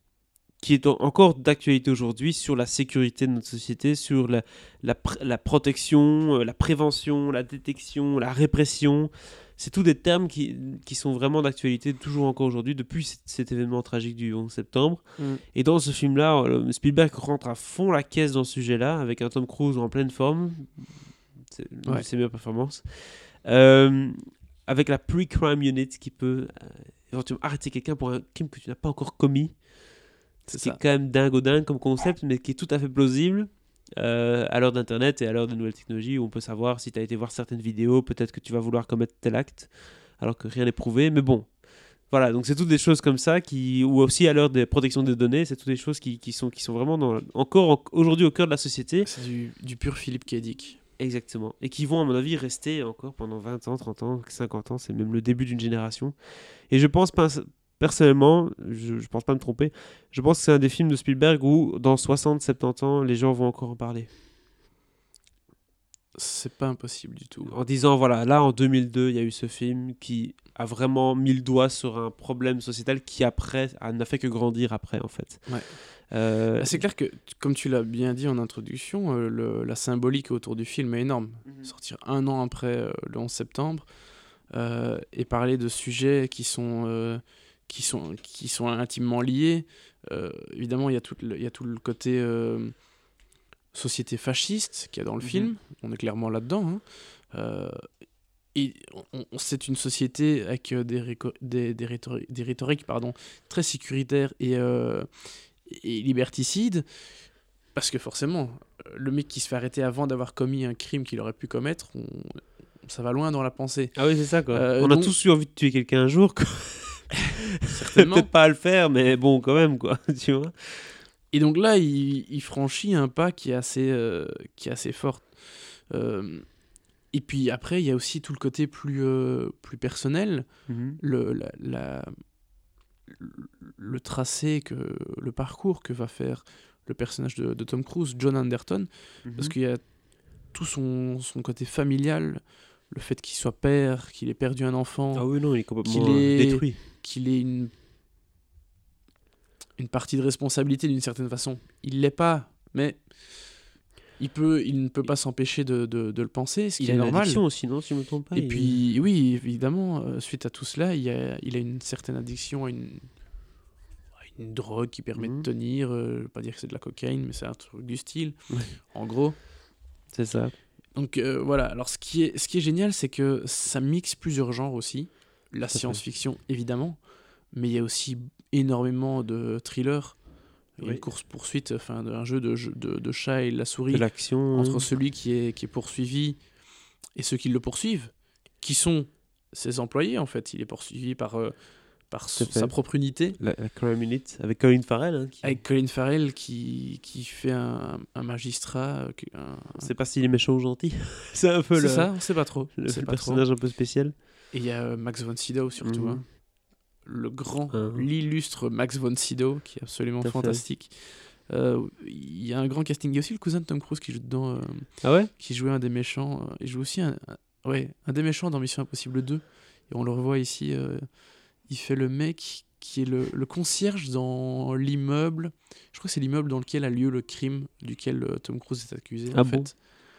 qui est encore d'actualité aujourd'hui sur la sécurité de notre société, sur la, la, pr- la protection, euh, la prévention, la détection, la répression. C'est tous des termes qui, qui sont vraiment d'actualité toujours encore aujourd'hui, depuis c- cet événement tragique du onze septembre. Mm. Et dans ce film-là, euh, Spielberg rentre à fond la caisse dans ce sujet-là, avec un Tom Cruise en pleine forme. C'est une de ses meilleures performances. Euh, avec la pre-crime unit qui peut euh, éventuellement arrêter quelqu'un pour un crime que tu n'as pas encore commis. C'est qui est quand même dingue dingue comme concept, mais qui est tout à fait plausible euh, à l'heure d'Internet et à l'heure de nouvelles technologies, où on peut savoir si tu as été voir certaines vidéos, peut-être que tu vas vouloir commettre tel acte, alors que rien n'est prouvé. Mais bon, voilà, donc c'est toutes des choses comme ça, qui, ou aussi à l'heure des protections des données, c'est toutes des choses qui, qui, sont, qui sont vraiment dans, encore en, aujourd'hui au cœur de la société. C'est du, du pur Philippe K. Dick. Exactement. Et qui vont, à mon avis, rester encore pendant vingt ans, trente ans, cinquante ans, c'est même le début d'une génération. Et je pense pas... Personnellement, je ne pense pas me tromper, je pense que c'est un des films de Spielberg où dans soixante soixante-dix ans, les gens vont encore en parler. C'est pas impossible du tout. En disant, voilà, là en deux mille deux, il y a eu ce film qui a vraiment mis le doigt sur un problème sociétal qui après n'a fait que grandir après, en fait. Ouais. Euh... C'est clair que, comme tu l'as bien dit en introduction, euh, le, la symbolique autour du film est énorme. Mm-hmm. Sortir un an après euh, le onze septembre euh, et parler de sujets qui sont... Euh, Qui sont, qui sont intimement liés. Euh, évidemment, il y a tout le, il y a tout le côté euh, société fasciste qu'il y a dans le mmh. film. On est clairement là-dedans. Hein. Euh, et on, on, c'est une société avec des, réco- des, des, rhétori- des rhétoriques pardon, très sécuritaires et, euh, et liberticides. Parce que forcément, le mec qui se fait arrêter avant d'avoir commis un crime qu'il aurait pu commettre, on, ça va loin dans la pensée. Ah oui, c'est ça, quoi. Euh, on donc... a tous eu envie de tuer quelqu'un un jour, quoi. Certainement. Peut-être pas à le faire, mais bon, quand même, quoi, tu vois. Et donc là, il, il franchit un pas qui est assez, euh, qui est assez fort. Euh, et puis après, il y a aussi tout le côté plus, euh, plus personnel, mm-hmm. le, la, la, le tracé, que, le parcours que va faire le personnage de, de Tom Cruise, John Anderton, mm-hmm. parce qu'il y a tout son, son côté familial, le fait qu'il soit père, qu'il ait perdu un enfant. Ah oui, non, il est complètement qu'il ait, détruit. Qu'il ait une, une partie de responsabilité d'une certaine façon. Il l'est pas, mais il, peut, il ne peut pas s'empêcher de, de, de le penser, ce qui il est normal. Il a une addiction aussi, non, si je ne me trompe pas. Et il... puis, oui, évidemment, euh, suite à tout cela, il a, il a une certaine addiction à une, à une drogue qui permet mmh. de tenir. Euh, je ne veux pas dire que c'est de la cocaïne, mais c'est un truc du style, ouais. En gros. C'est ça. Donc euh, voilà, alors ce qui est, ce qui est génial, c'est que ça mixe plusieurs genres aussi. La ça science-fiction, fait. Évidemment, mais il y a aussi énormément de thrillers. Il y a une course-poursuite, enfin, un jeu de, de, de chat et la souris. De l'action. Entre celui qui est, qui est poursuivi et ceux qui le poursuivent, qui sont ses employés, en fait. Il est poursuivi par, euh, par so, sa propre unité. La, la Crime Unit, avec Colin Farrell. Hein, qui... Avec Colin Farrell qui, qui fait un, un magistrat. Un, on ne sait pas s'il est méchant ou gentil. C'est un peu c'est le, ça, on ne sait pas trop. Le, le pas personnage trop. Un peu spécial. Et il y a Max von Sydow surtout. Mm-hmm. Hein. Le grand, mm-hmm. l'illustre Max von Sydow, qui est absolument fantastique. Il euh, y a un grand casting. Il y a aussi le cousin de Tom Cruise qui joue dedans. Euh, ah ouais qui jouait un des méchants. Euh, il joue aussi un, un, ouais, un des méchants dans Mission Impossible deux. Et on le revoit ici. Euh, il fait le mec qui est le, le concierge dans l'immeuble. Je crois que c'est l'immeuble dans lequel a lieu le crime duquel euh, Tom Cruise est accusé. Ah en bon fait.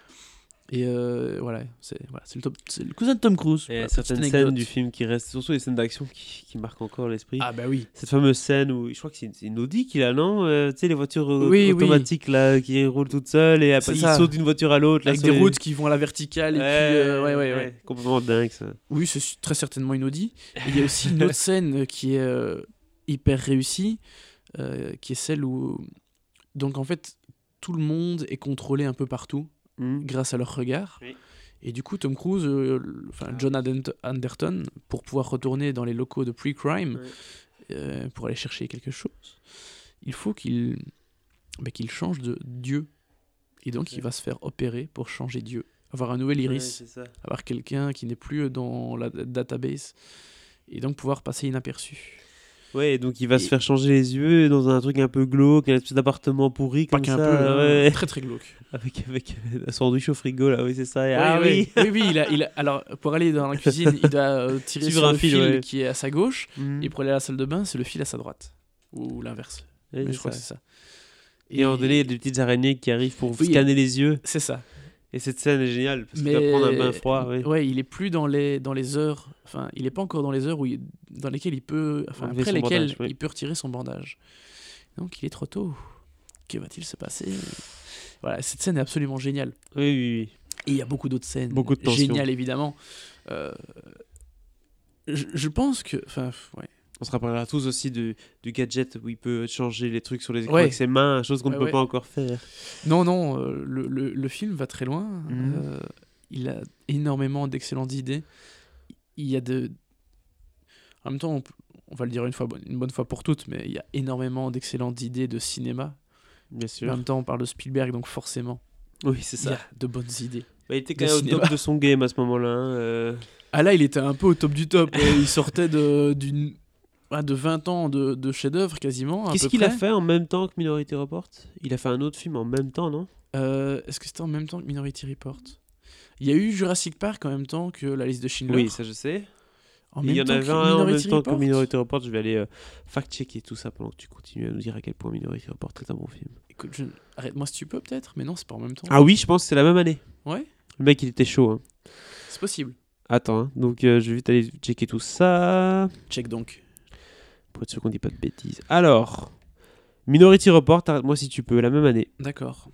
Et euh, voilà, c'est, voilà c'est, le top, c'est le cousin de Tom Cruise. Il y a certaines scènes du film qui restent, surtout les scènes d'action qui, qui marquent encore l'esprit. Ah bah oui. Cette fameuse scène où, je crois que c'est une, c'est une Audi qu'il a, non euh, tu sais, les voitures oui, automatiques oui. là, qui roulent toutes seules et après, il saute d'une voiture à l'autre. Avec là, des les... routes qui vont à la verticale. Et ouais, puis, euh, ouais, ouais, ouais, ouais. Complètement dingue ça. Oui, c'est très certainement une Audi. Et il y a aussi une autre scène qui est euh, hyper réussie, euh, qui est celle où, donc en fait, tout le monde est contrôlé un peu partout mmh. grâce à leur regard. Oui. Et du coup, Tom Cruise, euh, enfin John Anderton, pour pouvoir retourner dans les locaux de pre-crime, ouais. euh, pour aller chercher quelque chose, il faut qu'il, bah, qu'il change de Dieu. Et donc, okay. il va se faire opérer pour changer Dieu. Avoir un nouvel iris, ouais, avoir quelqu'un qui n'est plus dans la database, et donc pouvoir passer inaperçu. Ouais, donc il va et... se faire changer les yeux dans un truc un peu glauque, un espèce d'appartement pourri comme Pas ça. Pas qu'un peu, ouais. très très glauque. Avec, avec un sandwich au frigo, là, oui, c'est ça. Et ouais, ah ouais. oui Oui, oui, il a, il a... alors pour aller dans la cuisine, il doit euh, tirer sur, sur un fil, fil ouais. qui est à sa gauche, mmh. et pour aller à la salle de bain, c'est le fil à sa droite, ou l'inverse. Ouais, mais c'est je crois ça. que c'est ça. Et à un moment donné, il y a des petites araignées qui arrivent pour Oui, scanner les yeux. C'est ça. Et cette scène est géniale parce Mais qu'il va prendre un bain froid. Oui. ouais, il est plus dans les dans les heures. Enfin, il est pas encore dans les heures où il- dans lesquelles il peut. Enfin, Enlever après son lesquelles bandage, oui. il peut retirer son bandage. Donc, il est trop tôt. Que va-t-il se passer? Voilà, cette scène est absolument géniale. Oui, oui, oui. Et il y a beaucoup d'autres scènes Beaucoup de tension. géniales, évidemment. Euh, je, je pense que. Enfin, ouais. On se rappellera tous aussi de, du gadget où il peut changer les trucs sur les écrans Ouais. avec ses mains, chose qu'on Ouais, ne peut ouais. pas encore faire. Non, non, euh, le, le, le film va très loin. Mhm. Euh, il a énormément d'excellentes idées. Il y a de. En même temps, on, peut- on va le dire une, fois, une bonne fois pour toutes, mais il y a énormément d'excellentes idées de cinéma. Bien En sûr. même temps, on parle de Spielberg, donc forcément, Oui, c'est il y ça. a de bonnes idées. Bah, il était de quand même au cinéma. top de son game à ce moment-là. hein, euh. Ah là, il était un peu au top du top. Euh, il sortait de, d'une, ah, de vingt ans de, de chef-d'œuvre quasiment. à Qu'est-ce peu qu'il a près. fait en même temps que Minority Report? Il a fait un autre film en même temps, non? Euh, Est-ce que c'était en même temps que Minority Report? Il y a eu Jurassic Park en même temps que La Liste de Schindler. Oui, ça je sais. En Et même il y en temps avait que un en même Minority temps que Report. Minority Report. Je vais aller euh, fact-checker tout ça pendant que tu continues à nous dire à quel point Minority Report est un bon film. Écoute, je- arrête-moi si tu peux peut-être, mais non, c'est pas en même temps. Ah oui, je pense que c'est la même année. Ouais, Le mec, il était chaud. hein. c'est possible. Attends, hein. donc euh, je vais vite aller checker tout ça. Check donc. Pour être sûr qu'on dit pas de bêtises. Alors, Minority Report, arrête-moi si tu peux, la même année. D'accord.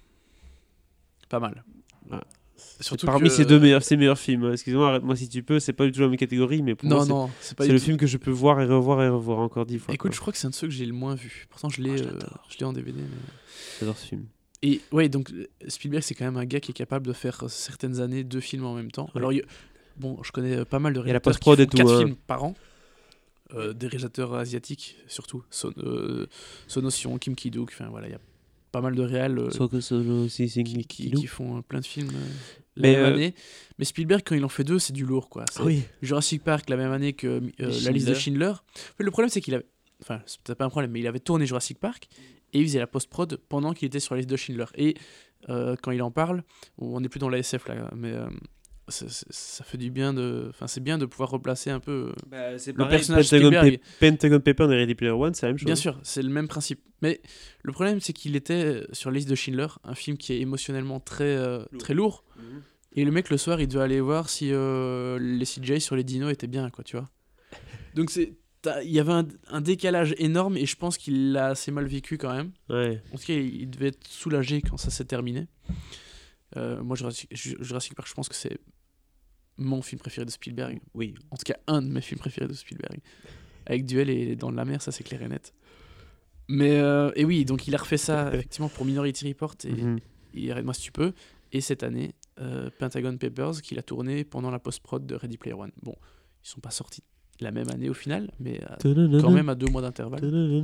Pas mal. Ah. Surtout Parmi que- ces deux meilleurs, ces meilleurs films. hein. Excuse-moi, arrête-moi si tu peux, c'est pas du tout la même catégorie, mais pour Non, moi, c'est- non, c'est pas c'est du le tout- film que je peux voir et revoir et revoir encore dix fois. Écoute, quoi. je crois que c'est un de ceux que j'ai le moins vu. Pourtant, je l'ai, Ah, je euh, l'adore. je l'ai en D V D. mais- J'adore ce film. Et ouais, donc euh, Spielberg, c'est quand même un gars qui est capable de faire euh, certaines années deux films en même temps. Ouais. Alors, il y a- bon, je connais euh, pas mal de Il y a la réalisateurs qui post-prod font et tout, quatre hein. films par an. Euh, des réalisateurs asiatiques, surtout. Son, euh, Sono-Sion, Kim Ki-duk, enfin voilà, il y a pas mal de réals euh, Soko Solo, si, c'est qui, qui, qui, qui- qui font euh, plein de films euh, la Mais, même euh, année. Mais Spielberg, quand il en fait deux, c'est du lourd, quoi. C'est Ah oui. Jurassic Park la même année que euh, La Liste de Schindler. Mais le problème, c'est qu'il avait... Enfin, c'est peut-être pas un problème, mais il avait tourné Jurassic Park et il faisait la post-prod pendant qu'il était sur La Liste de Schindler. Et euh, quand il en parle, on n'est plus dans la S F là, mais euh, ça, ça- ça fait du bien de... Enfin, c'est bien de pouvoir replacer un peu... euh, Bah, c'est Le pareil, personnage Pentagon, Spielberg. Pa- Pentagon Paper et Ready Player One, c'est la même chose. Bien sûr, c'est le même principe. Mais le problème, c'est qu'il était sur La Liste de Schindler, un film qui est émotionnellement très, euh, Lourd. très lourd. Mhm. Et le mec, le soir, il devait aller voir si euh, les C J sur les dinos étaient bien, quoi, tu vois. Donc, c'est... t'as- il y avait un, un décalage énorme et je pense qu'il l'a assez mal vécu quand même. Ouais. En tout cas, il, il devait être soulagé quand ça s'est terminé. Euh, moi, Jurassic, Jurassic Park, je pense que c'est mon film préféré de Spielberg. Oui. En tout cas, un de mes films préférés de Spielberg. Avec Duel et Dans la mer, ça c'est clair et net. Mais, euh, et oui, donc il a refait ça effectivement pour Minority Report et, Mhm. et Arrête-moi si tu peux. Et cette année, euh, Pentagon Papers, qu'il a tourné pendant la post-prod de Ready Player One. Bon, ils sont pas sortis la même année au final, mais à- quand même à deux mois d'intervalle.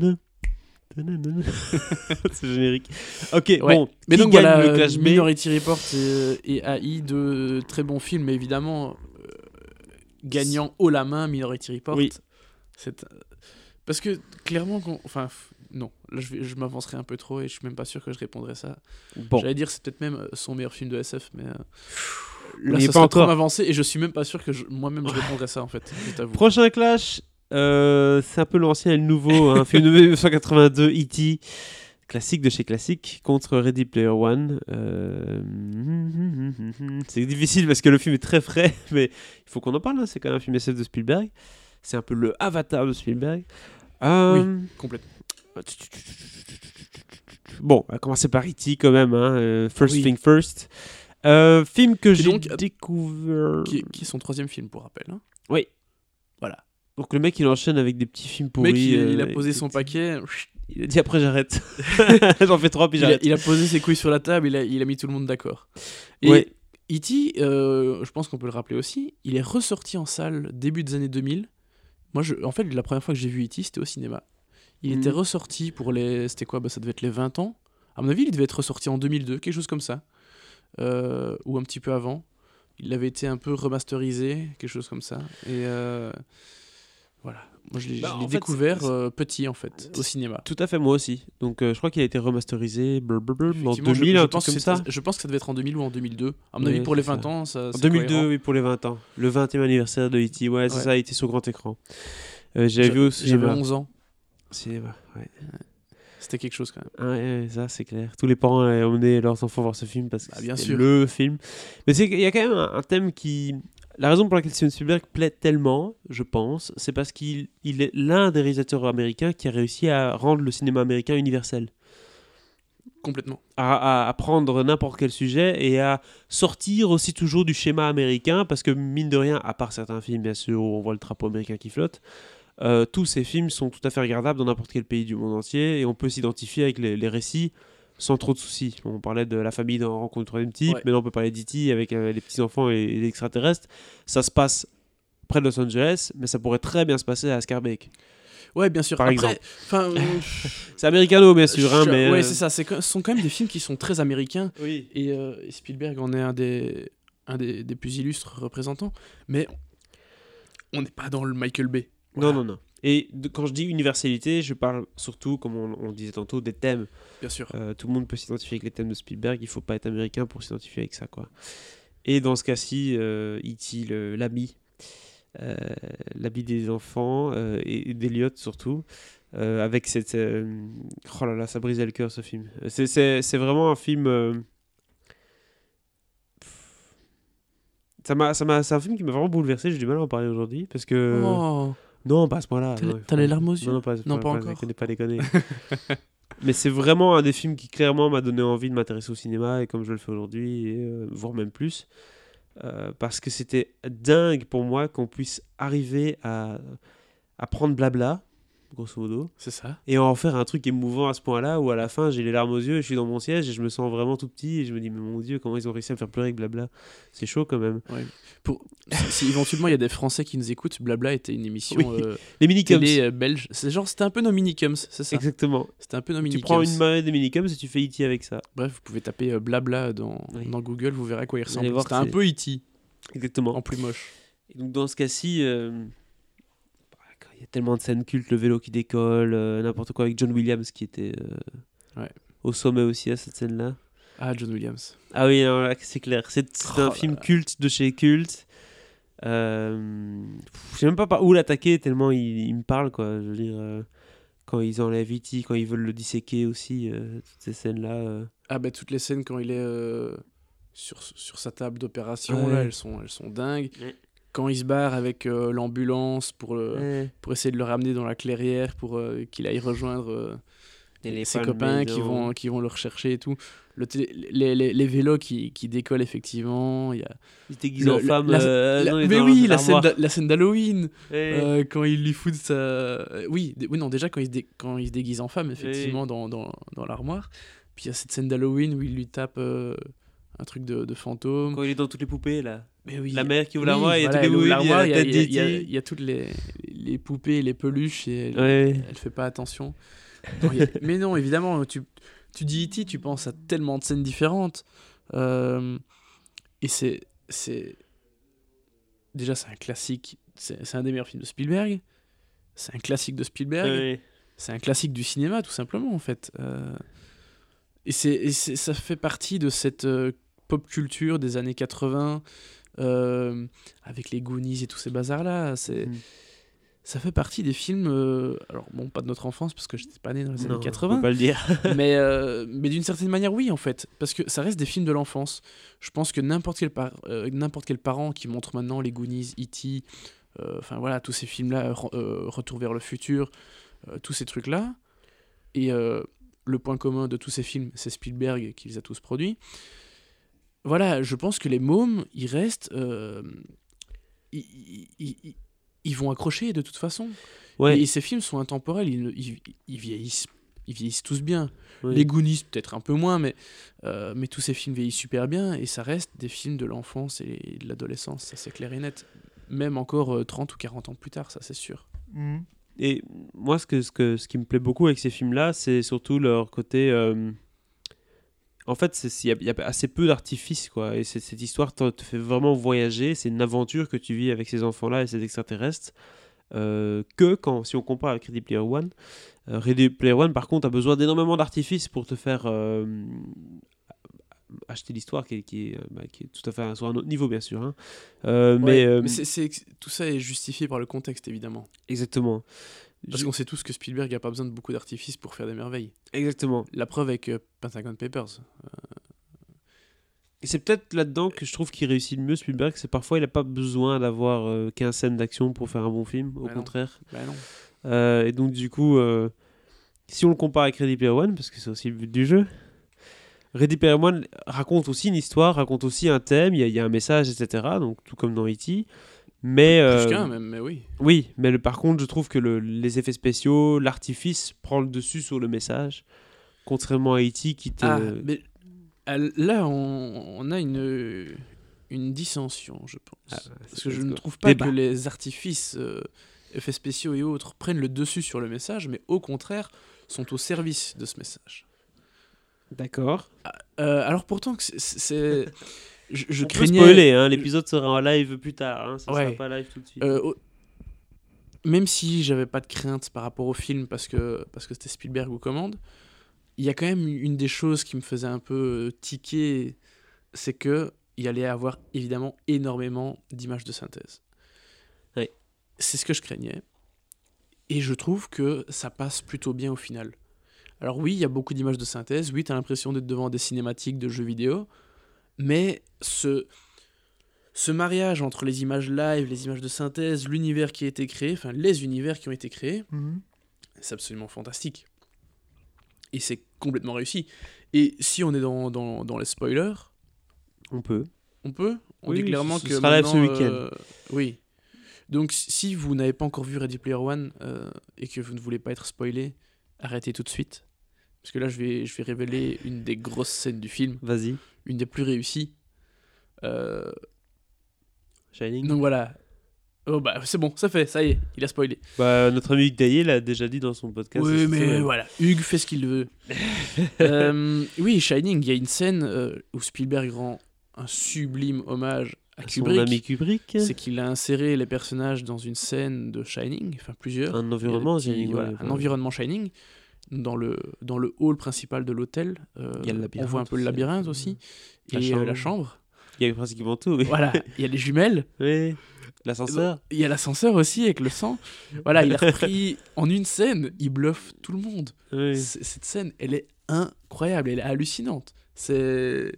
C'est générique. Ok, Ouais. bon. Mais qui donc gagne voilà, le Clash B? Minority Report et, et A I, deux très bons films, mais évidemment, euh, gagnant haut la main, Minority Report. Oui. C'est, euh, parce que clairement, qu'on- enfin, f- non, là je, vais- je m'avancerai un peu trop et je suis même pas sûr que je répondrai ça. Bon. J'allais dire c'est peut-être même euh, son meilleur film de S F, mais euh, On là y est ça pas serait trop encore. m'avancer et je suis même pas sûr que je- moi-même je répondrai ça en fait. Je t'avoue. Prochain Clash, euh, c'est un peu l'ancien et le nouveau. Un film de dix-neuf cent quatre-vingt-deux, E T classique de chez classique, contre Ready Player One. Euh, C'est difficile parce que le film est très frais, mais il faut qu'on en parle. hein. C'est quand même un film S F de Spielberg. C'est un peu le Avatar de Spielberg. Euh, Complètement. Bon, on va commencer par E T quand même. hein, euh, First Oui. Thing First. Euh, film que j'ai donc, découvert. Qui, qui est son troisième film pour rappel. hein. Oui. Voilà. Donc le mec il enchaîne avec des petits films Le pourris. mec il, il a euh, posé avec son des- paquet. Il a dit après j'arrête. J'en fais trois puis Il a, j'arrête. il a posé ses couilles sur la table, il a, il a mis tout le monde d'accord. Et Ouais. E T, euh, je pense qu'on peut le rappeler aussi, il est ressorti en salle début des années deux mille. Moi, je, en fait, la première fois que j'ai vu E T, c'était au cinéma. Il Mhm. était ressorti pour les... C'était quoi bah, ça devait être les vingt ans. À mon avis, il devait être ressorti en deux mille deux, quelque chose comme ça. Euh, ou un petit peu avant. Il avait été un peu remasterisé, quelque chose comme ça. Et euh, voilà. Moi, je l'ai, Bah, je en l'ai fait, découvert c'est- euh, petit, en fait, au cinéma. Tout à fait moi aussi. Donc euh, je crois qu'il a été remasterisé blablabla, en Effectivement, je- deux mille, je, un truc pense comme que ça. c'était- je pense que ça devait être en deux mille ou en deux mille deux. À mon Ouais, avis, pour les c'est ça. vingt ans, ça En c'est deux mille deux, cohérent. oui, pour les vingt ans. Le vingtième anniversaire de E T. Ouais, c'est Ouais. ça, il était sur grand écran. Euh, j'avais J'a- vu au J'avais cinéma. onze ans. Cinéma, ouais. c'était quelque chose quand même. Ah ouais, ça c'est clair. Tous les parents avaient emmené leurs enfants voir ce film parce que Bah, bien c'était sûr. le film. Mais c'est qu'il y a quand même un, un thème qui... La raison pour laquelle Steven Spielberg plaît tellement, je pense, c'est parce qu'il il est l'un des réalisateurs américains qui a réussi à rendre le cinéma américain universel. Complètement. À, à, à prendre n'importe quel sujet et à sortir aussi toujours du schéma américain, parce que mine de rien, à part certains films bien sûr où on voit le drapeau américain qui flotte, euh, tous ces films sont tout à fait regardables dans n'importe quel pays du monde entier et on peut s'identifier avec les, les récits sans trop de soucis. On parlait de la famille dans Rencontre du troisième type, Ouais. mais là on peut parler d'E T avec euh, les petits-enfants et, et les extraterrestres. Ça se passe près de Los Angeles, mais ça pourrait très bien se passer à Scarbeck. Ouais, bien sûr. Par Après, exemple. enfin, euh, C'est américano bien sûr, hein, je- mais... ouais, euh, c'est ça. C'est, ce sont quand même des films qui sont très américains. Oui. Et, euh, et Spielberg en est un des, un des, des plus illustres représentants. Mais on n'est pas dans le Michael Bay. Voilà. Non, non, non. Et de- quand je dis universalité, je parle surtout, comme on, on disait tantôt, des thèmes. Bien sûr. Euh, tout le monde peut s'identifier avec les thèmes de Spielberg, il faut pas être américain pour s'identifier avec ça, quoi. Et dans ce cas-ci, euh, E T, le- l'ami, euh, l'ami des enfants, euh, et, et d'Eliott surtout, euh, avec cette... euh, oh là là, ça brisait le cœur ce film. C'est, c'est, c'est vraiment un film... euh, Ça m'a, ça m'a, c'est un film qui m'a vraiment bouleversé, j'ai du mal à en parler aujourd'hui, parce que... Oh, Non, pas à ce point-là. T'as- non, il faut t'as pas- les larmes aux yeux Non, non, pas, Non, pas pas, encore. déconner, pas déconner. Mais c'est vraiment un des films qui clairement m'a donné envie de m'intéresser au cinéma, et comme je le fais aujourd'hui, et, euh, voire même plus. Euh, parce que c'était dingue pour moi qu'on puisse arriver à, à prendre Blabla, grosso modo, c'est ça. et en faire un truc émouvant à ce point-là, où à la fin j'ai les larmes aux yeux, je suis dans mon siège et je me sens vraiment tout petit, et je me dis, mais mon Dieu, comment ils ont réussi à me faire pleurer avec Blabla. C'est chaud quand même. Ouais. Pour, si éventuellement il y a des Français qui nous écoutent, Blabla était une émission Oui. euh, Les minicums. télé euh, belge. C'est genre, c'était un peu nos minicums, c'est ça. Exactement. C'était un peu nos Tu minicums. prends une main des minicums et tu fais E T avec ça. Bref, vous pouvez taper euh, Blabla dans, Oui. dans Google, vous verrez à quoi il allez ressemble. voir C'était que un c'est- peu E T Exactement. en plus moche. Et donc dans ce cas-ci, euh, quand il y a tellement de scènes cultes, le vélo qui décolle, euh, n'importe quoi avec John Williams qui était euh, Ouais. au sommet aussi à cette scène-là. Ah, John Williams. Ah oui, non, là, c'est clair. C'est, c'est Oh un là film là. culte de chez culte. Euh, pff, je sais même pas par où l'attaquer tellement il, il me parle, quoi. Je veux dire, euh, quand ils enlèvent E T, quand ils veulent le disséquer aussi, euh, toutes ces scènes-là. euh. Ah, bah toutes les scènes quand il est euh, sur, sur sa table d'opération, Ouais. là, elles sont, elles sont dingues. Ouais. Quand il se barre avec euh, l'ambulance pour, le, Ouais. pour essayer de le ramener dans la clairière, pour euh, qu'il aille rejoindre euh, Et les ses fans copains qui maison. vont, qui vont le rechercher et tout. Le télé- les, les, les vélos qui, qui décollent effectivement. Il y a Il était déguisé en le- femme. la- euh, la- non, il est mais dans oui, la l'armoire. scène, d'a- la scène d'Halloween. Ouais. Euh, quand il lui fout sa... euh, Oui, dé- oui, non, déjà quand il, se dé- quand il se déguise en femme, effectivement, dans, dans, dans l'armoire. Puis il y a cette scène d'Halloween où il lui tape euh, un truc de, de fantôme. Quand il est dans toutes les poupées, là. Mais oui, La mère qui ouvre oui, l'armoire, il y a voilà, toutes les elle ouvre poupées, il y a l'armoire, la tête il y a- il y a- d'E T. il y a toutes les, les poupées et les peluches et elle, Ouais. elle fait pas attention. Non, il y a- Mais non, évidemment, tu, tu dis E T, tu penses à tellement de scènes différentes. Euh, et c'est, c'est... Déjà, c'est un classique. C'est, c'est un des meilleurs films de Spielberg. C'est un classique de Spielberg. Ouais. C'est un classique du cinéma, tout simplement, en fait. Euh, Et, c'est, et c'est- ça fait partie de cette euh, pop culture des années quatre-vingts, euh, avec les Goonies et tous ces bazars-là. C'est, Mm. Ça fait partie des films, euh, alors bon, pas de notre enfance, parce que je n'étais pas né dans les Non, années on quatre-vingts, peut pas le dire. mais, euh, mais d'une certaine manière, oui, en fait, parce que ça reste des films de l'enfance. Je pense que n'importe quel, par- euh, n'importe quel parent qui montre maintenant les Goonies, E T, euh, enfin voilà, tous ces films-là, euh, Re- euh, Retour vers le futur, euh, tous ces trucs-là, et euh, le point commun de tous ces films, c'est Spielberg qui les a tous produits. Voilà, je pense que les mômes, ils restent... euh, ils, ils- ils- ils vont accrocher de toute façon. Ouais. Et, et ces films sont intemporels, ils, ils, ils vieillissent, ils vieillissent tous bien. Ouais. Les Goonies, peut-être un peu moins, mais, euh, mais tous ces films vieillissent super bien, et ça reste des films de l'enfance et de l'adolescence, ça c'est clair et net. Même encore euh, trente ou quarante ans plus tard, ça c'est sûr. Et moi, ce, que, ce, que, ce qui me plaît beaucoup avec ces films-là, c'est surtout leur côté. euh, En fait, c'est- il y, a- il y a assez peu d'artifice, quoi. Et c'est- cette histoire te, te fait vraiment voyager. C'est une aventure que tu vis avec ces enfants-là et ces extraterrestres. euh, que quand, si on compare avec Ready Player One, euh, Ready Player One, par contre, a besoin d'énormément d'artifices pour te faire euh, acheter l'histoire, qui est, qui, est, euh, bah, qui est tout à fait sur un autre niveau, bien sûr. Hein. Euh, mais Ouais, euh, mais c'est, c'est- tout ça est justifié par le contexte, évidemment. exactement. Parce Je- qu'on sait tous que Spielberg a pas besoin de beaucoup d'artifices pour faire des merveilles. Exactement. La preuve avec euh, Pentagon Papers. Et c'est peut-être là-dedans que je trouve qu'il réussit le mieux, Spielberg, c'est parfois il n'a pas besoin d'avoir euh, quinze scènes d'action pour faire un bon film, au Bah non. contraire. Bah non. Euh, et donc du coup, euh, si on le compare avec Ready Player One, parce que c'est aussi le but du jeu, Ready Player One raconte aussi une histoire, raconte aussi un thème, il y, a- il y a un message, et cetera. Donc tout comme dans E T. Mais Plus euh, qu'un même, mais oui. oui, mais le, par contre, je trouve que le- les effets spéciaux, l'artifice prend le dessus sur le message, contrairement à E T qui te... Ah, mais ah, là, on, on a une, une dissension, je pense. Ah, Parce que je let's ne go. trouve pas Débat. que les artifices, euh, effets spéciaux et autres prennent le dessus sur le message, mais au contraire, sont au service de ce message. D'accord. Euh, alors pourtant, que c'est... c'est- Je, je On peut craignais... spoiler, hein, l'épisode sera en live plus tard, hein, ça Ouais. sera pas live tout de suite. Euh, au- Même si j'avais pas de crainte par rapport au film parce que parce que c'était Spielberg aux commandes, il y a quand même une des choses qui me faisait un peu euh, tiquer, c'est que il allait avoir évidemment énormément d'images de synthèse. Ouais. C'est ce que je craignais, et je trouve que ça passe plutôt bien au final. Alors oui, il y a beaucoup d'images de synthèse, oui, t'as l'impression d'être devant des cinématiques de jeux vidéo, mais ce ce mariage entre les images live, les images de synthèse, l'univers qui a été créé, enfin les univers qui ont été créés, c'est absolument fantastique. Et c'est complètement réussi. Et si on est dans, dans, dans les spoilers, On peut. on peut On Oui, dit oui, clairement ce que sera live ce maintenant, week-end. euh, oui. Donc si vous n'avez pas encore vu Ready Player One euh, et que vous ne voulez pas être spoilé, arrêtez tout de suite. Parce que là, je vais, je vais révéler une des grosses scènes du film, Vas-y. une des plus réussies. Euh, Shining. donc voilà. Oh bah c'est bon, ça fait, ça y est, il a spoilé. Bah, notre ami Hugues Daillé l'a déjà dit dans son podcast. Oui, cette mais semaine. voilà, Hugues fait ce qu'il veut. Euh, oui, Shining, il y a une scène euh, où Spielberg rend un sublime hommage à À son Kubrick. ami Kubrick. C'est qu'il a inséré les personnages dans une scène de Shining, enfin plusieurs. Un environnement Il y a des petits- Shining. voilà, ouais, un voilà. environnement Shining. Dans le, dans le hall principal de l'hôtel, euh, Il y a le on labyrinthe voit un peu le aussi, labyrinthe euh, aussi, la et euh, la chambre. chambre. Il y a pratiquement tout. Oui. Voilà, il y a les jumelles. Oui. L'ascenseur. Il y a l'ascenseur aussi avec le sang. Voilà, il a repris en une scène, il bluffe tout le monde. Oui. C- Cette scène, elle est incroyable, elle est hallucinante. C'est.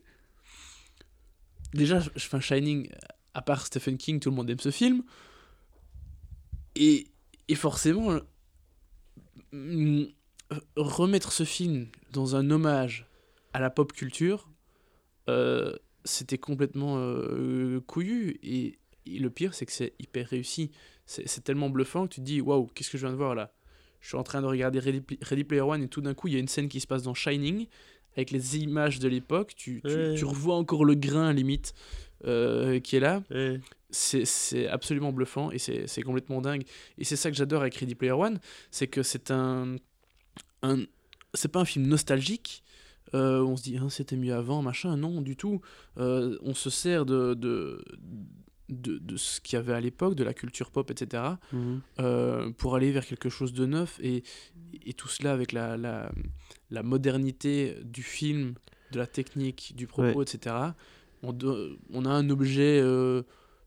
Déjà, je- enfin, Shining, à part Stephen King, tout le monde aime ce film. Et, et forcément, mm, remettre ce film dans un hommage à la pop culture, euh, c'était complètement euh, couillu. Et, et le pire, c'est que c'est hyper réussi. C'est c'est tellement bluffant que tu te dis, waouh, qu'est-ce que je viens de voir là? Je suis en train de regarder Ready, Ready Player One et tout d'un coup, il y a une scène qui se passe dans Shining avec les images de l'époque. Tu, tu, Ouais. tu revois encore le grain limite euh, qui est là. Oui. C'est c'est absolument bluffant et c'est c'est complètement dingue. Et c'est ça que j'adore avec Ready Player One, c'est que c'est un, un c'est pas un film nostalgique. Euh, on se dit hein, c'était mieux avant, machin. Non, du tout. Euh, on se sert de de, de, de ce qu'il y avait à l'époque, de la culture pop, et cetera, Mhm. euh, pour aller vers quelque chose de neuf et, et tout cela avec la, la, la modernité du film, de la technique, du propos, et cetera. On, do- on a un objet euh,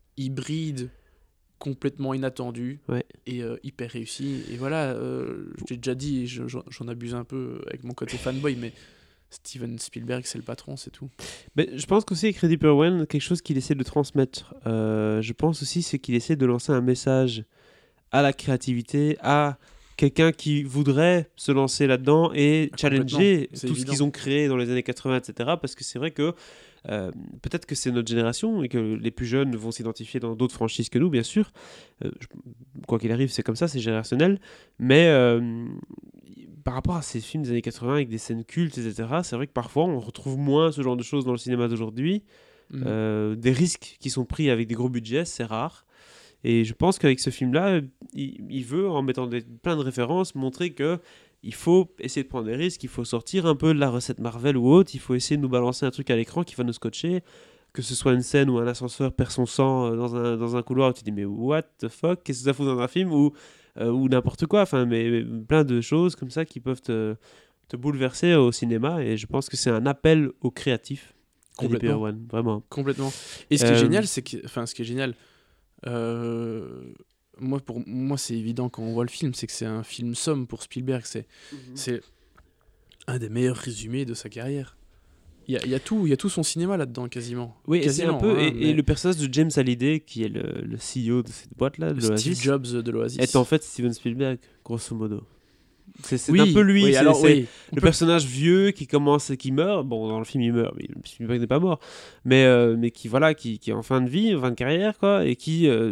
hybride complètement inattendu Ouais. et euh, hyper réussi. Et voilà, euh, je t'ai déjà dit, je- j'en j'en abuse un peu avec mon côté fanboy, mais Steven Spielberg, c'est le patron, c'est tout. Mais je pense qu'aussi avec Ready Player One, quelque chose qu'il essaie de transmettre, euh, je pense aussi, c'est qu'il essaie de lancer un message à la créativité, à quelqu'un qui voudrait se lancer là-dedans et Ah, challenger complètement, c'est tout ce évident. qu'ils ont créé dans les années quatre-vingts, et cetera. Parce que c'est vrai que euh, peut-être que c'est notre génération et que les plus jeunes vont s'identifier dans d'autres franchises que nous, bien sûr. Euh, je- quoi qu'il arrive, c'est comme ça, c'est générationnel. Mais euh, par rapport à ces films des années quatre-vingts avec des scènes cultes, et cetera, c'est vrai que parfois on retrouve moins ce genre de choses dans le cinéma d'aujourd'hui. Mhm. Euh, des risques qui sont pris avec des gros budgets, c'est rare. Et je pense qu'avec ce film-là, il, il veut, en mettant des, plein de références, montrer que il faut essayer de prendre des risques, il faut sortir un peu de la recette Marvel ou autre, il faut essayer de nous balancer un truc à l'écran qui va nous scotcher, que ce soit une scène où un ascenseur perd son sang euh, dans un, dans un couloir où tu te dis mais what the fuck, qu'est-ce que ça fout dans un film, ou, euh, ou n'importe quoi, enfin, mais, mais plein de choses comme ça qui peuvent te, te bouleverser au cinéma, et je pense que c'est un appel aux créatifs. Ready Player Complètement. One, vraiment. Complètement. Et ce qui Euh, est génial, c'est que. Enfin, ce qui est génial. euh, moi, pour moi, c'est évident quand on voit le film, c'est que c'est un film somme pour Spielberg. C'est, mm-hmm. c'est un des meilleurs résumés de sa carrière. Il y a, il y a tout, il y a tout son cinéma là-dedans, quasiment. Oui, quasiment, c'est un peu. Hein, et, mais... et le personnage de James Hallyday, qui est le, le C E O de cette boîte-là, de Steve l'Oasis, Jobs de l'Oasis, est en fait Steven Spielberg, grosso modo. C'est, c'est oui, un peu lui, oui, c'est, alors, c'est oui, le peut... personnage vieux qui commence et qui meurt. Bon, dans le film, il meurt, mais Spielberg n'est pas mort. Mais, euh, mais qui, voilà, qui, qui est en fin de vie, en fin de carrière, quoi, et qui, euh,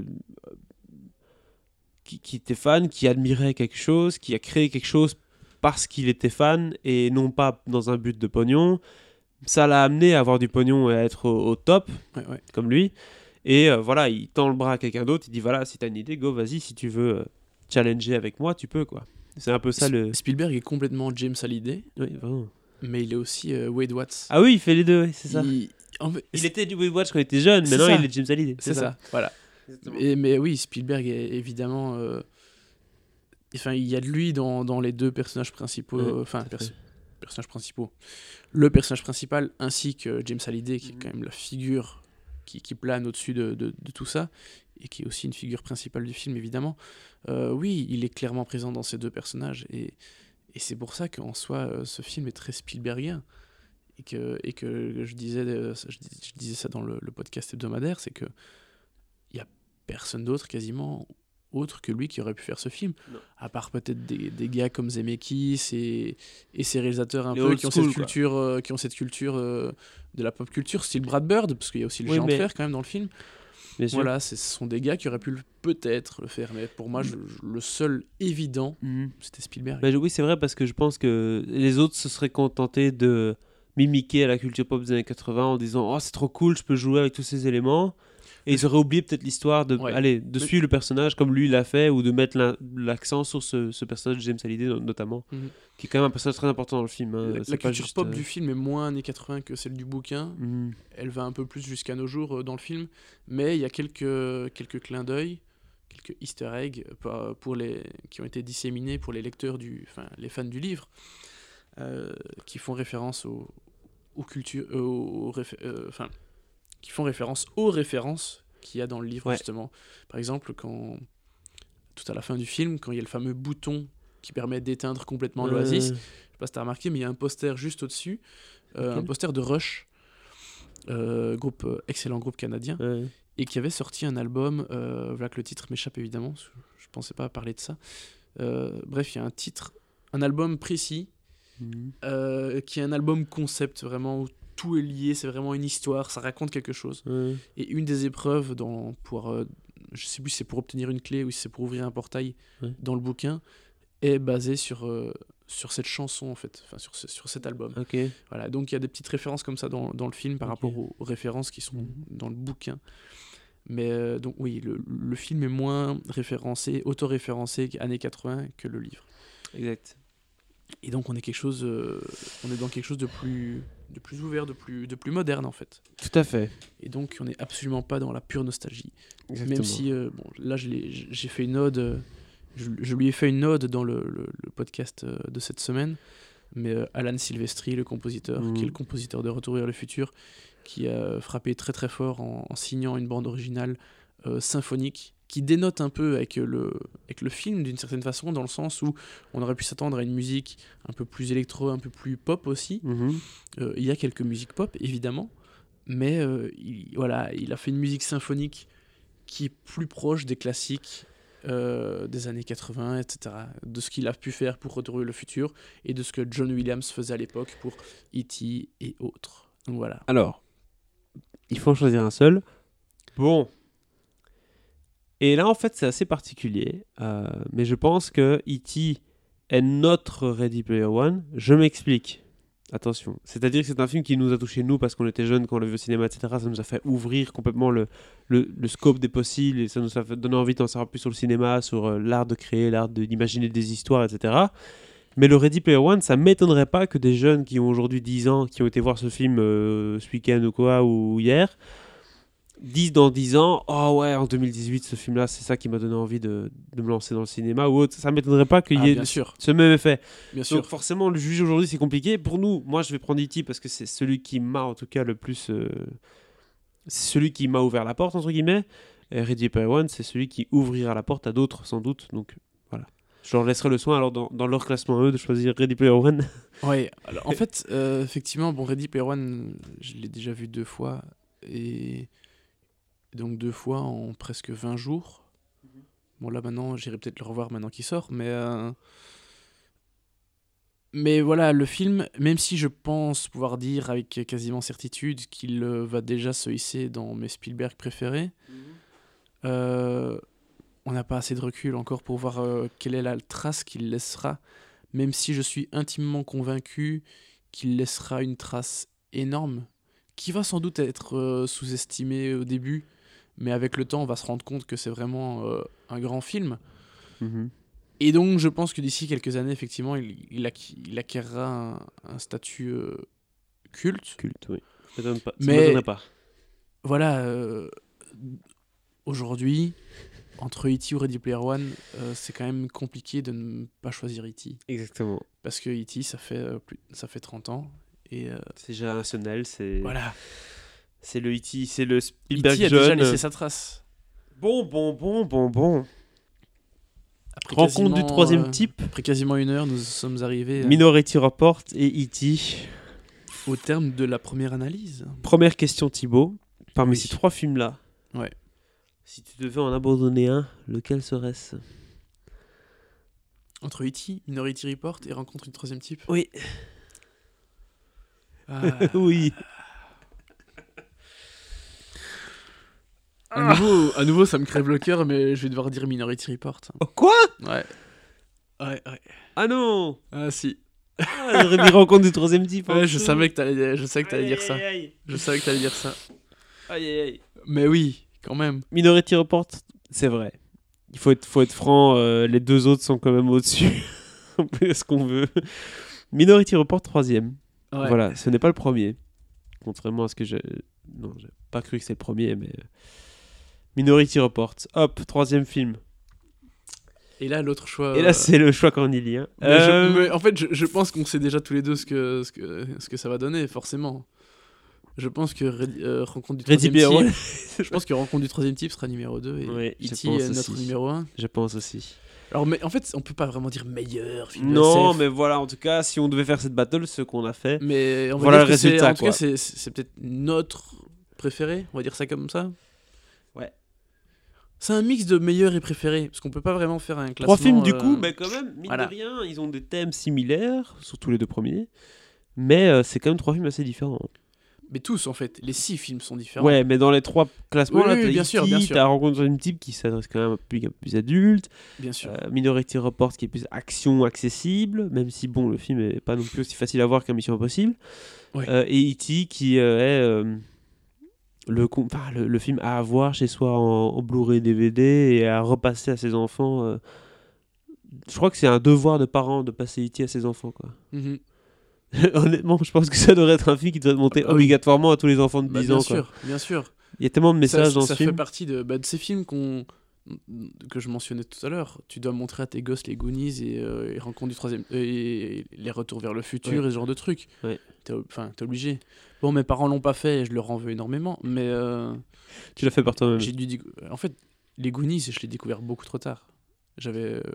qui, qui était fan, qui admirait quelque chose, qui a créé quelque chose parce qu'il était fan et non pas dans un but de pognon. Ça l'a amené à avoir du pognon et à être au, au top, ouais, ouais. comme lui. Et euh, voilà, il tend le bras à quelqu'un d'autre, il dit voilà, si t'as une idée, go, vas-y, si tu veux euh, challenger avec moi, tu peux, quoi. C'est un peu ça le... Spielberg est complètement James Hallyday, oui, vraiment. Mais il est aussi euh, Wade Watts. Ah oui, il fait les deux, oui, c'est ça. Il, en fait, il était Wade Watts quand il était jeune, maintenant il est James Hallyday. C'est, c'est ça. ça, voilà. Et, mais oui, Spielberg est évidemment... Euh... Enfin, il y a de lui dans, dans les deux personnages principaux. Ouais, enfin, pers- personnages principaux. Le personnage principal ainsi que James Hallyday, qui mm-hmm. est quand même la figure qui, qui plane au-dessus de, de, de tout ça, et qui est aussi une figure principale du film, évidemment. Euh, oui, il est clairement présent dans ces deux personnages, et, et c'est pour ça qu'en soi, euh, ce film est très Spielbergien. Et que, et que je, disais, je, je disais ça dans le, le podcast hebdomadaire, c'est qu'il n'y a personne d'autre quasiment autre que lui qui aurait pu faire ce film, non. À part peut-être des, des gars comme Zemeckis et, et ces réalisateurs un Les peu qui ont, school, culture, euh, qui ont cette culture euh, de la pop culture, style Brad Bird, parce qu'il y a aussi le oui, géant mais... de fer quand même dans le film. Bien voilà, c'est, ce sont des gars qui auraient pu le, peut-être le faire, mais pour moi, je, je, le seul évident, mm. c'était Spielberg. Bah, oui, c'est vrai, parce que je pense que les autres se seraient contentés de mimiquer à la culture pop des années quatre-vingts en disant « Oh, c'est trop cool, je peux jouer avec tous ces éléments ». Et ils auraient oublié peut-être l'histoire de, ouais. allez, de suivre le personnage comme lui l'a fait, ou de mettre la, l'accent sur ce, ce personnage de James Hallyday notamment, mm-hmm. qui est quand même un personnage très important dans le film. Hein. La, c'est la pas culture juste, pop euh... du film est moins années quatre-vingts que celle du bouquin. Mm. Elle va un peu plus jusqu'à nos jours euh, dans le film, mais il y a quelques, quelques clins d'œil, quelques easter eggs pour, pour les, qui ont été disséminés pour les lecteurs, du, enfin les fans du livre, euh, qui font référence aux, aux cultures, euh, aux, réfé- euh, enfin, qui font référence aux références qu'il y a dans le livre, ouais. justement. Par exemple, quand, tout à la fin du film, quand il y a le fameux bouton qui permet d'éteindre complètement euh... l'Oasis, je sais pas si tu as remarqué, mais il y a un poster juste au-dessus, euh, okay. un poster de Rush, euh, groupe, euh, excellent groupe canadien, ouais. et qui avait sorti un album, euh, voilà que le titre m'échappe évidemment, je pensais pas parler de ça. Euh, bref, il y a un titre, un album précis, mmh. euh, qui est un album concept, vraiment, où tout est lié, c'est vraiment une histoire, ça raconte quelque chose. Mmh. Et une des épreuves, dans, pour, euh, je sais plus si c'est pour obtenir une clé ou si c'est pour ouvrir un portail mmh. dans le bouquin, est basée sur, euh, sur cette chanson, en fait, enfin sur, ce, sur cet album. Okay. Voilà, donc il y a des petites références comme ça dans, dans le film par okay. rapport aux, aux références qui sont mmh. dans le bouquin. Mais euh, donc oui, le, le film est moins référencé, auto-référencé années quatre-vingts que le livre. Exact. Et donc on est quelque chose, euh, on est dans quelque chose de plus, de plus ouvert, de plus, de plus moderne en fait. Tout à fait. Et donc on n'est absolument pas dans la pure nostalgie. Exactement. Même si, euh, bon, là je l'ai, j'ai fait une ode, euh, je, je lui ai fait une ode dans le, le, le podcast euh, de cette semaine, mais euh, Alan Silvestri, le compositeur, mmh. qui est le compositeur de Retour vers le futur, qui a frappé très très fort en, en signant une bande originale euh, symphonique, qui dénote un peu avec le, avec le film d'une certaine façon, dans le sens où on aurait pu s'attendre à une musique un peu plus électro, un peu plus pop aussi. Mm-hmm. Euh, il y a quelques musiques pop, évidemment, mais euh, il, voilà, il a fait une musique symphonique qui est plus proche des classiques euh, des années quatre-vingts, et cetera, de ce qu'il a pu faire pour Retour vers le futur, et de ce que John Williams faisait à l'époque pour E T et autres. Donc voilà. Alors, il faut en choisir un seul. Bon... Et là, en fait, c'est assez particulier, euh, mais je pense que E T est notre Ready Player One. Je m'explique. Attention. C'est-à-dire que c'est un film qui nous a touchés, nous, parce qu'on était jeunes, quand on l'a vu au cinéma, et cetera. Ça nous a fait ouvrir complètement le, le, le scope des possibles, et ça nous a fait donner envie d'en savoir plus sur le cinéma, sur euh, l'art de créer, l'art de, d'imaginer des histoires, et cetera. Mais le Ready Player One, ça ne m'étonnerait pas que des jeunes qui ont aujourd'hui dix ans, qui ont été voir ce film euh, ce week-end ou quoi, ou hier... disent dans dix ans, oh ouais, en deux mille dix-huit, ce film-là, c'est ça qui m'a donné envie de, de me lancer dans le cinéma ou autre. Ça ne m'étonnerait pas qu'il y ait ah, ce, ce même effet. Bien Donc sûr. forcément, le juge aujourd'hui, c'est compliqué. Pour nous, moi, je vais prendre E T parce que c'est celui qui m'a, en tout cas, le plus... Euh, c'est celui qui m'a ouvert la porte, entre guillemets. Et Ready Player One, c'est celui qui ouvrira la porte à d'autres, sans doute. Donc voilà. Je leur laisserai le soin, alors, dans, dans leur classement, eux, de choisir Ready Player One. Ouais, alors, en fait, euh, effectivement, bon, Ready Player One, je l'ai déjà vu deux fois. Et donc deux fois en presque vingt jours. Mm-hmm. Bon, là, maintenant, j'irai peut-être le revoir maintenant qu'il sort. Mais, euh... mais voilà, le film, même si je pense pouvoir dire avec quasiment certitude qu'il euh, va déjà se hisser dans mes Spielberg préférés, mm-hmm. euh... on n'a pas assez de recul encore pour voir euh, quelle est la trace qu'il laissera, même si je suis intimement convaincu qu'il laissera une trace énorme, qui va sans doute être euh, sous-estimée au début, mais avec le temps, on va se rendre compte que c'est vraiment euh, un grand film. Mm-hmm. Et donc, je pense que d'ici quelques années, effectivement, il, il, acqu- il acquérera un, un statut euh, culte. Culte, oui. Ça donne pas. Ça mais me pas. Voilà, euh, aujourd'hui... Entre E T ou Ready Player One, euh, c'est quand même compliqué de ne pas choisir E T. Exactement. Parce que E T, ça fait, euh, plus... ça fait trente ans. Et, euh... c'est générationnel, c'est... Voilà. C'est le E T, c'est le Spielberg E T a jeune. déjà laissé sa trace. Bon, bon, bon, bon, bon. Après Rencontre du troisième euh, type. Après quasiment une heure, nous sommes arrivés... Euh... Minority Report et E T. Au terme de la première analyse. Première question, Thibaut. Parmi oui. ces trois films-là, ouais. si tu devais en abandonner un, lequel serait-ce ? Entre E T, Minority Report et Rencontre du troisième type ? Oui. Ah. oui. À nouveau, à nouveau, ça me crève le cœur, mais je vais devoir dire Minority Report. Oh, quoi ? Ouais. Ouais, ouais. Ah non ! Ah si. Ah, j'aurais mis Rencontre du troisième type. Ouais, je savais que t'allais, je savais que t'allais dire ça. Je savais que t'allais dire ça. Aïe, aïe, aïe. Mais oui. Quand même. Minority Report, c'est vrai. Il faut être, faut être franc, euh, les deux autres sont quand même au-dessus. On peut ce qu'on veut. Minority Report, troisième. Ouais. Voilà, ce n'est pas le premier. Contrairement à ce que j'ai... Non, j'ai pas cru que c'est le premier, mais... Minority Report. Hop, troisième film. Et là, l'autre choix... Et là, c'est le choix cornélien. Mais euh... je, mais en fait, je, je pense qu'on sait déjà tous les deux ce que, ce que, ce que ça va donner, forcément. Je pense que euh, Rencontre du troisième type... Ouais. je pense que Rencontre du troisième type sera numéro deux et ouais, E T est notre numéro un. Je pense aussi. Alors, mais en fait, on peut pas vraiment dire meilleur film non, S F. Mais voilà, en tout cas, si on devait faire cette battle, ce qu'on a fait... Mais on va voilà dire le résultat, en tout cas, c'est, c'est peut-être notre préféré, on va dire ça comme ça. Ouais. C'est un mix de meilleur et préféré, parce qu'on peut pas vraiment faire un classement... Trois films, du euh... coup, mais quand même, mine voilà. de rien, ils ont des thèmes similaires, surtout les deux premiers, mais euh, c'est quand même trois films assez différents. Mais tous, en fait. Les six films sont différents. Ouais, mais dans les trois classements, oui, là, oui, t'as bien E T, sûr, bien sûr. t'as Rencontre d'une type qui s'adresse quand même à un public un peu plus adulte. Bien sûr. Euh, Minority Report qui est plus action accessible, même si, bon, le film est pas non plus aussi facile à voir qu'un Mission Impossible. Ouais. Euh, et E T qui euh, est euh, le, enfin, le, le film à avoir chez soi en, en Blu-ray D V D et à repasser à ses enfants. Euh, je crois que c'est un devoir de parents de passer E T à ses enfants, quoi. Mm-hmm. Honnêtement, je pense que ça devrait être un film qui devrait être monté ah, obligatoirement oui. à tous les enfants de bah, dix bien ans. Sûr, quoi. bien sûr. Il y a tellement de messages ça, dans ça ce film. Ça fait partie de, bah, de ces films qu'on, que je mentionnais tout à l'heure. Tu dois montrer à tes gosses les Goonies et, euh, et Rencontre du troisième... Euh, et les Retours vers le futur ouais. et ce genre de trucs. Ouais. T'es, enfin, t'es obligé. Bon, mes parents l'ont pas fait et je leur en veux énormément, mais... Euh, tu l'as fait par toi-même. J'ai dû... En fait, les Goonies, je l'ai découvert beaucoup trop tard. J'avais... Euh,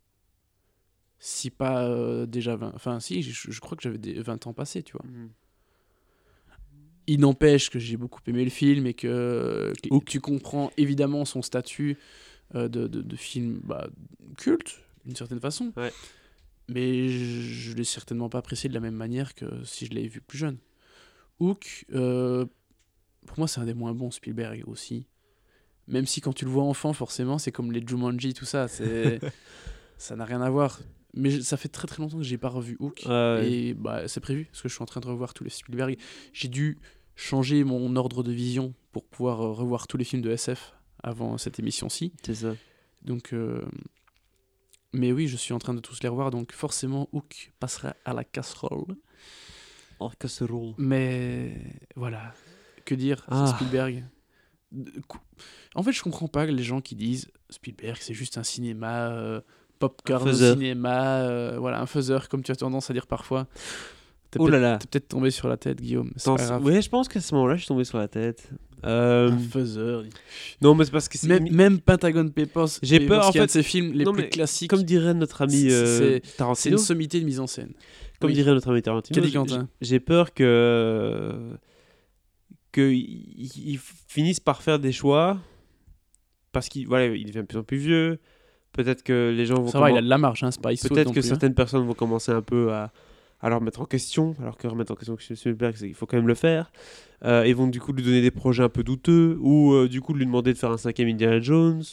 si pas euh, déjà vingt... Enfin, si, je, je crois que j'avais des vingt ans passés, tu vois. Mm. Il n'empêche que j'ai beaucoup aimé le film et que, que tu comprends évidemment son statut euh, de, de, de film bah, culte, d'une certaine façon. Ouais. Mais je ne l'ai certainement pas apprécié de la même manière que si je l'avais vu plus jeune. Hook, euh, pour moi, c'est un des moins bons Spielberg aussi. Même si quand tu le vois enfant, forcément, c'est comme les Jumanji, tout ça. C'est... ça n'a rien à voir. Mais ça fait très très longtemps que j'ai pas revu Hook. Ah ouais. Et bah, c'est prévu, parce que je suis en train de revoir tous les Spielberg. J'ai dû changer mon ordre de vision pour pouvoir revoir tous les films de S F avant cette émission-ci. C'est ça. Donc, euh... mais oui, je suis en train de tous les revoir, donc forcément Hook passera à la casserole. En casserole. Mais voilà, que dire, ah. c'est Spielberg. En fait, je comprends pas les gens qui disent Spielberg, c'est juste un cinéma... Euh... popcorn au cinéma, euh, voilà, un faiseur, comme tu as tendance à dire parfois. T'es, oh là là. T'es peut-être tombé sur la tête, Guillaume. C'est Dans pas grave. Oui, je pense qu'à ce moment-là, je suis tombé sur la tête. Euh... Un faiseur. Non, mais c'est parce que c'est... Même, même Pentagon Papers, j'ai peur, en fait, de ces films les non, plus classiques. Comme dirait notre ami euh, c'est, Tarantino. C'est une sommité de mise en scène. Comme oui. dirait notre ami Tarantino. Qu'a dit Quentin ? J'ai peur que... qu'ils finissent par faire des choix parce qu'il voilà, il devient de plus en plus vieux. Peut-être que les gens vont... Ça va, commen... il a de la marge, hein, c'est pas Peut-être que plus, certaines hein. personnes vont commencer un peu à, à le remettre en question, alors que remettre en question Spielberg, il faut quand même le faire. Euh, ils vont du coup lui donner des projets un peu douteux, ou euh, du coup lui demander de faire un cinquième Indiana Jones.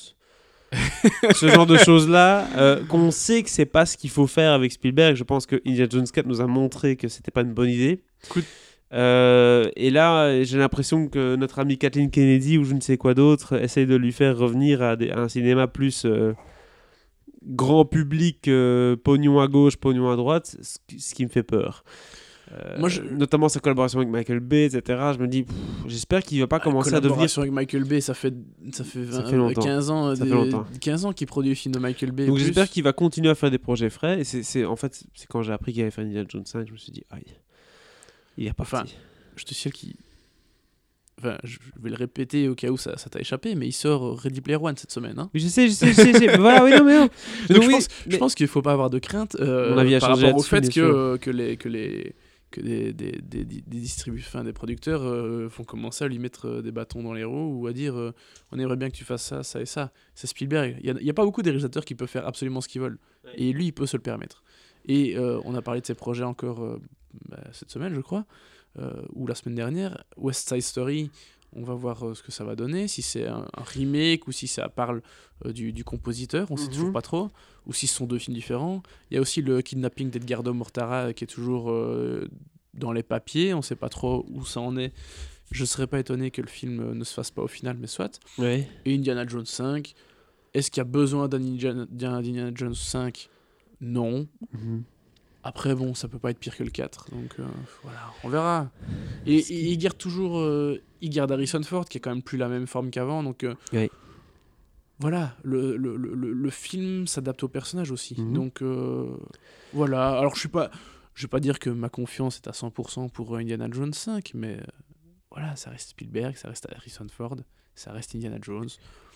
Ce genre de choses-là, euh, qu'on sait que c'est pas ce qu'il faut faire avec Spielberg. Je pense que Indiana Jones quatre nous a montré que c'était pas une bonne idée. Écoute, Euh, et là, j'ai l'impression que notre amie Kathleen Kennedy ou je ne sais quoi d'autre essaye de lui faire revenir à, des, à un cinéma plus euh, grand public, euh, pognon à gauche, pognon à droite, ce, ce qui me fait peur. Euh, Moi, je... Notamment sa collaboration avec Michael Bay, et cetera. Je me dis, pff, j'espère qu'il ne va pas commencer à devenir... La collaboration avec Michael Bay, ça fait, ça fait, vingt, ça fait longtemps. quinze ans, ça des, fait longtemps. quinze ans qu'il produit le film de Michael Bay. Donc plus. j'espère qu'il va continuer à faire des projets frais. Et c'est, c'est, en fait, c'est quand j'ai appris qu'il avait fait Indiana Jones cinq, je me suis dit, aïe, il est reparti. Enfin, je te signale qu'il... Enfin, je vais le répéter au cas où ça, ça t'a échappé, mais il sort Ready Player One cette semaine. Hein. Oui, je sais, je sais, je sais. Je sais. Voilà, oui, non, mais non. Donc, oui, je, pense, mais... je pense qu'il ne faut pas avoir de crainte euh, par rapport au fait que, que les... Que les... que des, des, des, des, distribu- enfin, des producteurs euh, font commencer à lui mettre euh, des bâtons dans les roues ou à dire euh, on aimerait bien que tu fasses ça, ça et ça. C'est Spielberg. Il n'y a, a pas beaucoup de réalisateurs qui peuvent faire absolument ce qu'ils veulent. Ouais. Et lui, il peut se le permettre. Et euh, on a parlé de ses projets encore euh, bah, cette semaine, je crois, euh, ou la semaine dernière. West Side Story, on va voir euh, ce que ça va donner, si c'est un, un remake ou si ça parle euh, du, du compositeur, on ne mm-hmm. sait toujours pas trop, ou si ce sont deux films différents. Il y a aussi le kidnapping d'Edgardo Mortara qui est toujours euh, dans les papiers, on ne sait pas trop où ça en est. Je ne serais pas étonné que le film euh, ne se fasse pas au final, mais soit. Ouais. Et Indiana Jones cinq, est-ce qu'il y a besoin d'Indiana Jones cinq ? Non. Mm-hmm. Après, bon, ça peut pas être pire que le quatre, donc euh, voilà, on verra. Et, et il garde toujours, euh, il garde Harrison Ford, qui est quand même plus la même forme qu'avant, donc euh, oui. Voilà, le, le, le, le film s'adapte au personnage aussi, mm-hmm. donc euh, voilà. Alors je suis pas, je vais pas dire que ma confiance est à cent pour cent pour Indiana Jones cinq, mais euh, voilà, ça reste Spielberg, ça reste Harrison Ford, ça reste Indiana Jones.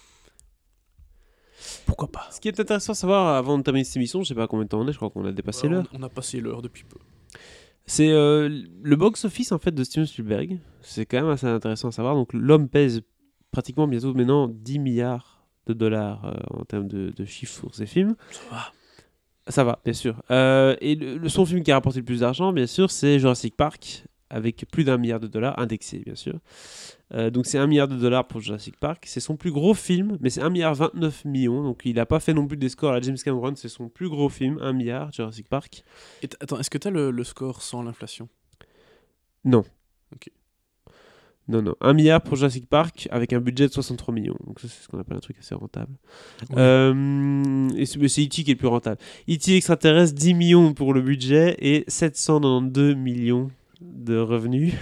Pourquoi pas ? Ce qui est intéressant à savoir avant de terminer cette émission, je sais pas combien de temps on est, je crois qu'on a dépassé ouais, l'heure. On, on a passé l'heure depuis peu. C'est euh, le box-office en fait de Steven Spielberg. C'est quand même assez intéressant à savoir. Donc l'homme pèse pratiquement bientôt maintenant dix milliards de dollars euh, en termes de, de chiffres sur ses films. Ça va. Ça va, bien sûr. Euh, et le, le, son film qui a rapporté le plus d'argent, bien sûr, c'est Jurassic Park, avec plus d'un milliard de dollars, indexé, bien sûr. Euh, donc c'est un milliard de dollars pour Jurassic Park. C'est son plus gros film, mais c'est un milliard vingt-neuf millions. Donc il n'a pas fait non plus des scores à la James Cameron. C'est son plus gros film, un milliard, Jurassic Park. Et t- attends, est-ce que tu as le, le score sans l'inflation ? Non. Ok. Non, non. un milliard pour Jurassic Park avec un budget de soixante-trois millions. Donc ça, c'est ce qu'on appelle un truc assez rentable. Ouais. Euh, et c'est, c'est E T qui est le plus rentable. E T extraterrestre, dix millions pour le budget et sept cent quatre-vingt-douze millions de revenus.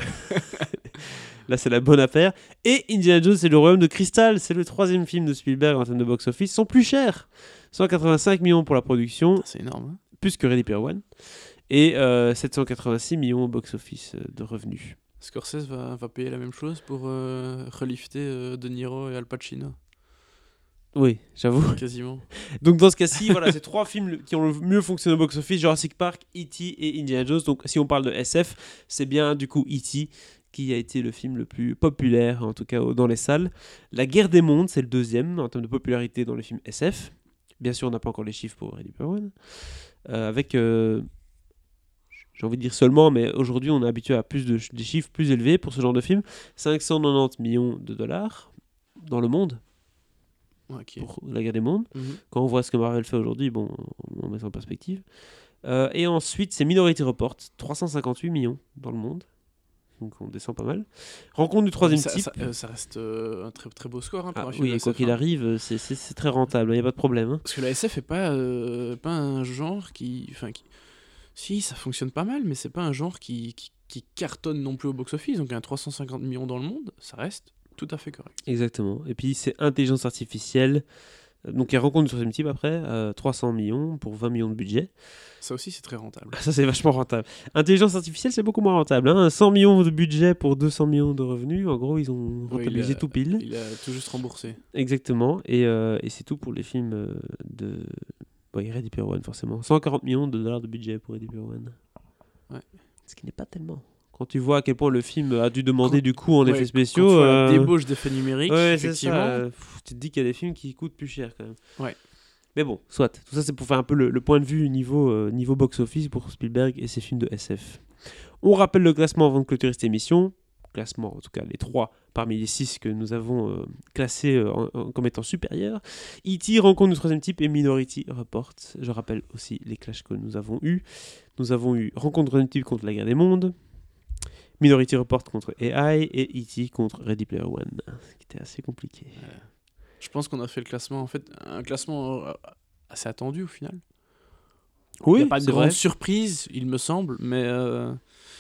Là, c'est la bonne affaire. Et Indiana Jones et le Royaume de Cristal, c'est le troisième film de Spielberg en termes de box-office. Ils sont plus chers. cent quatre-vingt-cinq millions pour la production. C'est énorme. Hein, plus que Ready Player One. Et euh, sept cent quatre-vingt-six millions au box-office euh, de revenus. Scorsese va, va payer la même chose pour euh, relifter euh, De Niro et Al Pacino. Oui, j'avoue. Quasiment. Donc dans ce cas-ci, voilà, c'est trois films qui ont le mieux fonctionné au box-office, Jurassic Park, E T et Indiana Jones. Donc si on parle de S F, c'est bien du coup E T qui a été le film le plus populaire, en tout cas dans les salles. La Guerre des Mondes, c'est le deuxième en termes de popularité dans les films S F. Bien sûr, on n'a pas encore les chiffres pour Ready Player One. Euh, avec, euh, j'ai envie de dire seulement, mais aujourd'hui on est habitué à plus de des chiffres plus élevés pour ce genre de film. cinq cent quatre-vingt-dix millions de dollars dans le monde. Okay. Pour la Guerre des Mondes. Mm-hmm. Quand on voit ce que Marvel fait aujourd'hui, bon, on met ça en perspective. Euh, et ensuite, c'est Minority Report, trois cent cinquante-huit millions dans le monde. Donc on descend pas mal. Rencontre du troisième ça, type. Ça, euh, ça reste euh, un très, très beau score hein, pour ah, un film oui, de S F. Quoi qu'il arrive, c'est, c'est, c'est très rentable, il n'y a pas de problème. Hein. Parce que la S F n'est pas, euh, pas un genre qui, enfin, qui... Si, ça fonctionne pas mal, mais c'est pas un genre qui, qui, qui cartonne non plus au box-office. Donc un trois cent cinquante millions dans le monde, ça reste tout à fait correct. Exactement. Et puis c'est intelligence artificielle, Donc il y a Rencontre du troisième type après, euh, trois cents millions pour vingt millions de budget. Ça aussi, c'est très rentable. Ça, c'est vachement rentable. Intelligence artificielle, c'est beaucoup moins rentable. Hein. cent millions de budget pour deux cents millions de revenus. En gros, ils ont rentabilisé oui, tout pile. Il a tout juste remboursé. Exactement. Et, euh, et c'est tout pour les films euh, de... Oui, Ready Player One, forcément. cent quarante millions de dollars de budget pour Ready Player One. Ouais. Ce qui n'est pas tellement. Quand tu vois à quel point le film a dû demander quand... du coup en ouais, effets spéciaux... Quand tu vois euh... la débauche d'effets numériques, ouais, effectivement... C'est ça, euh, pff, tu te dis qu'il y a des films qui coûtent plus cher quand même. Ouais. Mais bon, soit. Tout ça, c'est pour faire un peu le, le point de vue niveau, euh, niveau box-office pour Spielberg et ses films de S F. On rappelle le classement avant de clôturer cette émission. Classement, en tout cas, les trois parmi les six que nous avons euh, classés euh, en, en, comme étant supérieurs. E T, Rencontre du troisième type et Minority Report. Je rappelle aussi les clashs que nous avons eus. Nous avons eu Rencontre du troisième type contre La Guerre des Mondes, Minority Report contre A I et E T contre Ready Player One. Ce qui était assez compliqué. Ouais. Je pense qu'on a fait le classement, en fait, un classement assez attendu au final. Oui, il n'y a pas de grande vrai. surprise, il me semble, mais euh,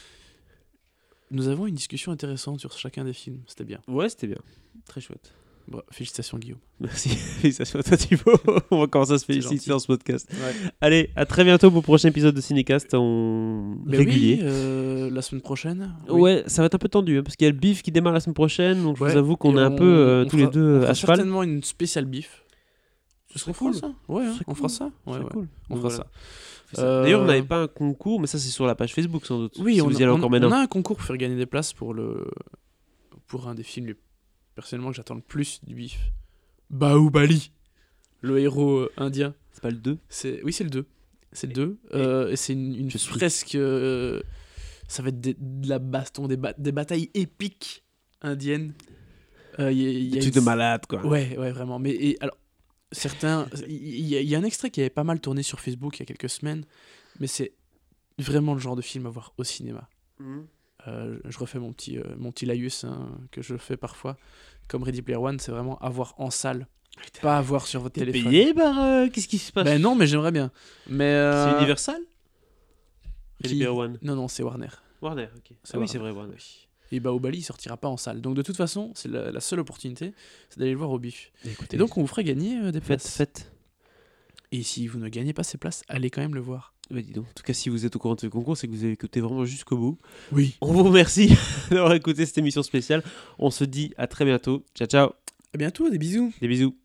nous avons une discussion intéressante sur chacun des films. C'était bien. Ouais, c'était bien. Très chouette. Bon, félicitations, Guillaume. Merci. Félicitations à toi, Thibaut. On va commencer à se féliciter dans ce podcast. Ouais. Allez, à très bientôt pour le prochain épisode de Cinécast en Mais régulier. Oui, euh, la semaine prochaine. Oui. Ouais, ça va être un peu tendu hein, parce qu'il y a le bif qui démarre la semaine prochaine. Donc ouais. je vous avoue qu'on Et est un on, peu euh, on tous fera, les deux on à cheval. certainement une spéciale bif. Ce serait cool. Ça ouais, hein, on cool. fera ça. Ouais, ouais. Cool. On donc, fera voilà. ça. Euh... D'ailleurs, on n'avait pas un concours, mais ça c'est sur la page Facebook sans doute. Oui, si on, vous y allez a, encore on, maintenant. on a un concours pour faire gagner des places pour le pour un des films les... personnellement que j'attends le plus du bif. Bahubali, le héros euh, indien. C'est pas le deux c'est... Oui, c'est le deux. C'est le deux. Euh, et c'est une, une fresque. Euh, ça va être des, de la baston, des, ba- des batailles épiques indiennes. Euh, y a, y a des une... trucs de malade, quoi. Ouais, ouais, vraiment. Mais et, alors, certains. Il y, y, y a un extrait qui avait pas mal tourné sur Facebook il y a quelques semaines, mais c'est vraiment le genre de film à voir au cinéma. Mmh. Euh, je refais mon petit, euh, mon petit laïus hein, que je fais parfois. Comme Ready Player One, c'est vraiment à voir en salle. Putain, pas à voir sur votre t'es téléphone. Payé par euh, qu'est-ce qui se passe? Ben non, mais j'aimerais bien. Mais euh... c'est Universal. Ready qui... Player One. Non, non, c'est Warner. Warner, ok. C'est ah Warner. Oui, c'est vrai, Warner. Et Bahubali, il sortira pas en salle. Donc de toute façon, c'est la, la seule opportunité, c'est d'aller le voir au bif. Écoutez, et donc on vous ferait gagner euh, des places. Faites, faites. Et si vous ne gagnez pas ces places, allez quand même le voir. Bah, dis donc. En tout cas, si vous êtes au courant de ce concours, c'est que vous avez écouté vraiment jusqu'au bout. Oui. On vous remercie d'avoir écouté cette émission spéciale. On se dit à très bientôt. Ciao, ciao. À bientôt, des bisous. Des bisous.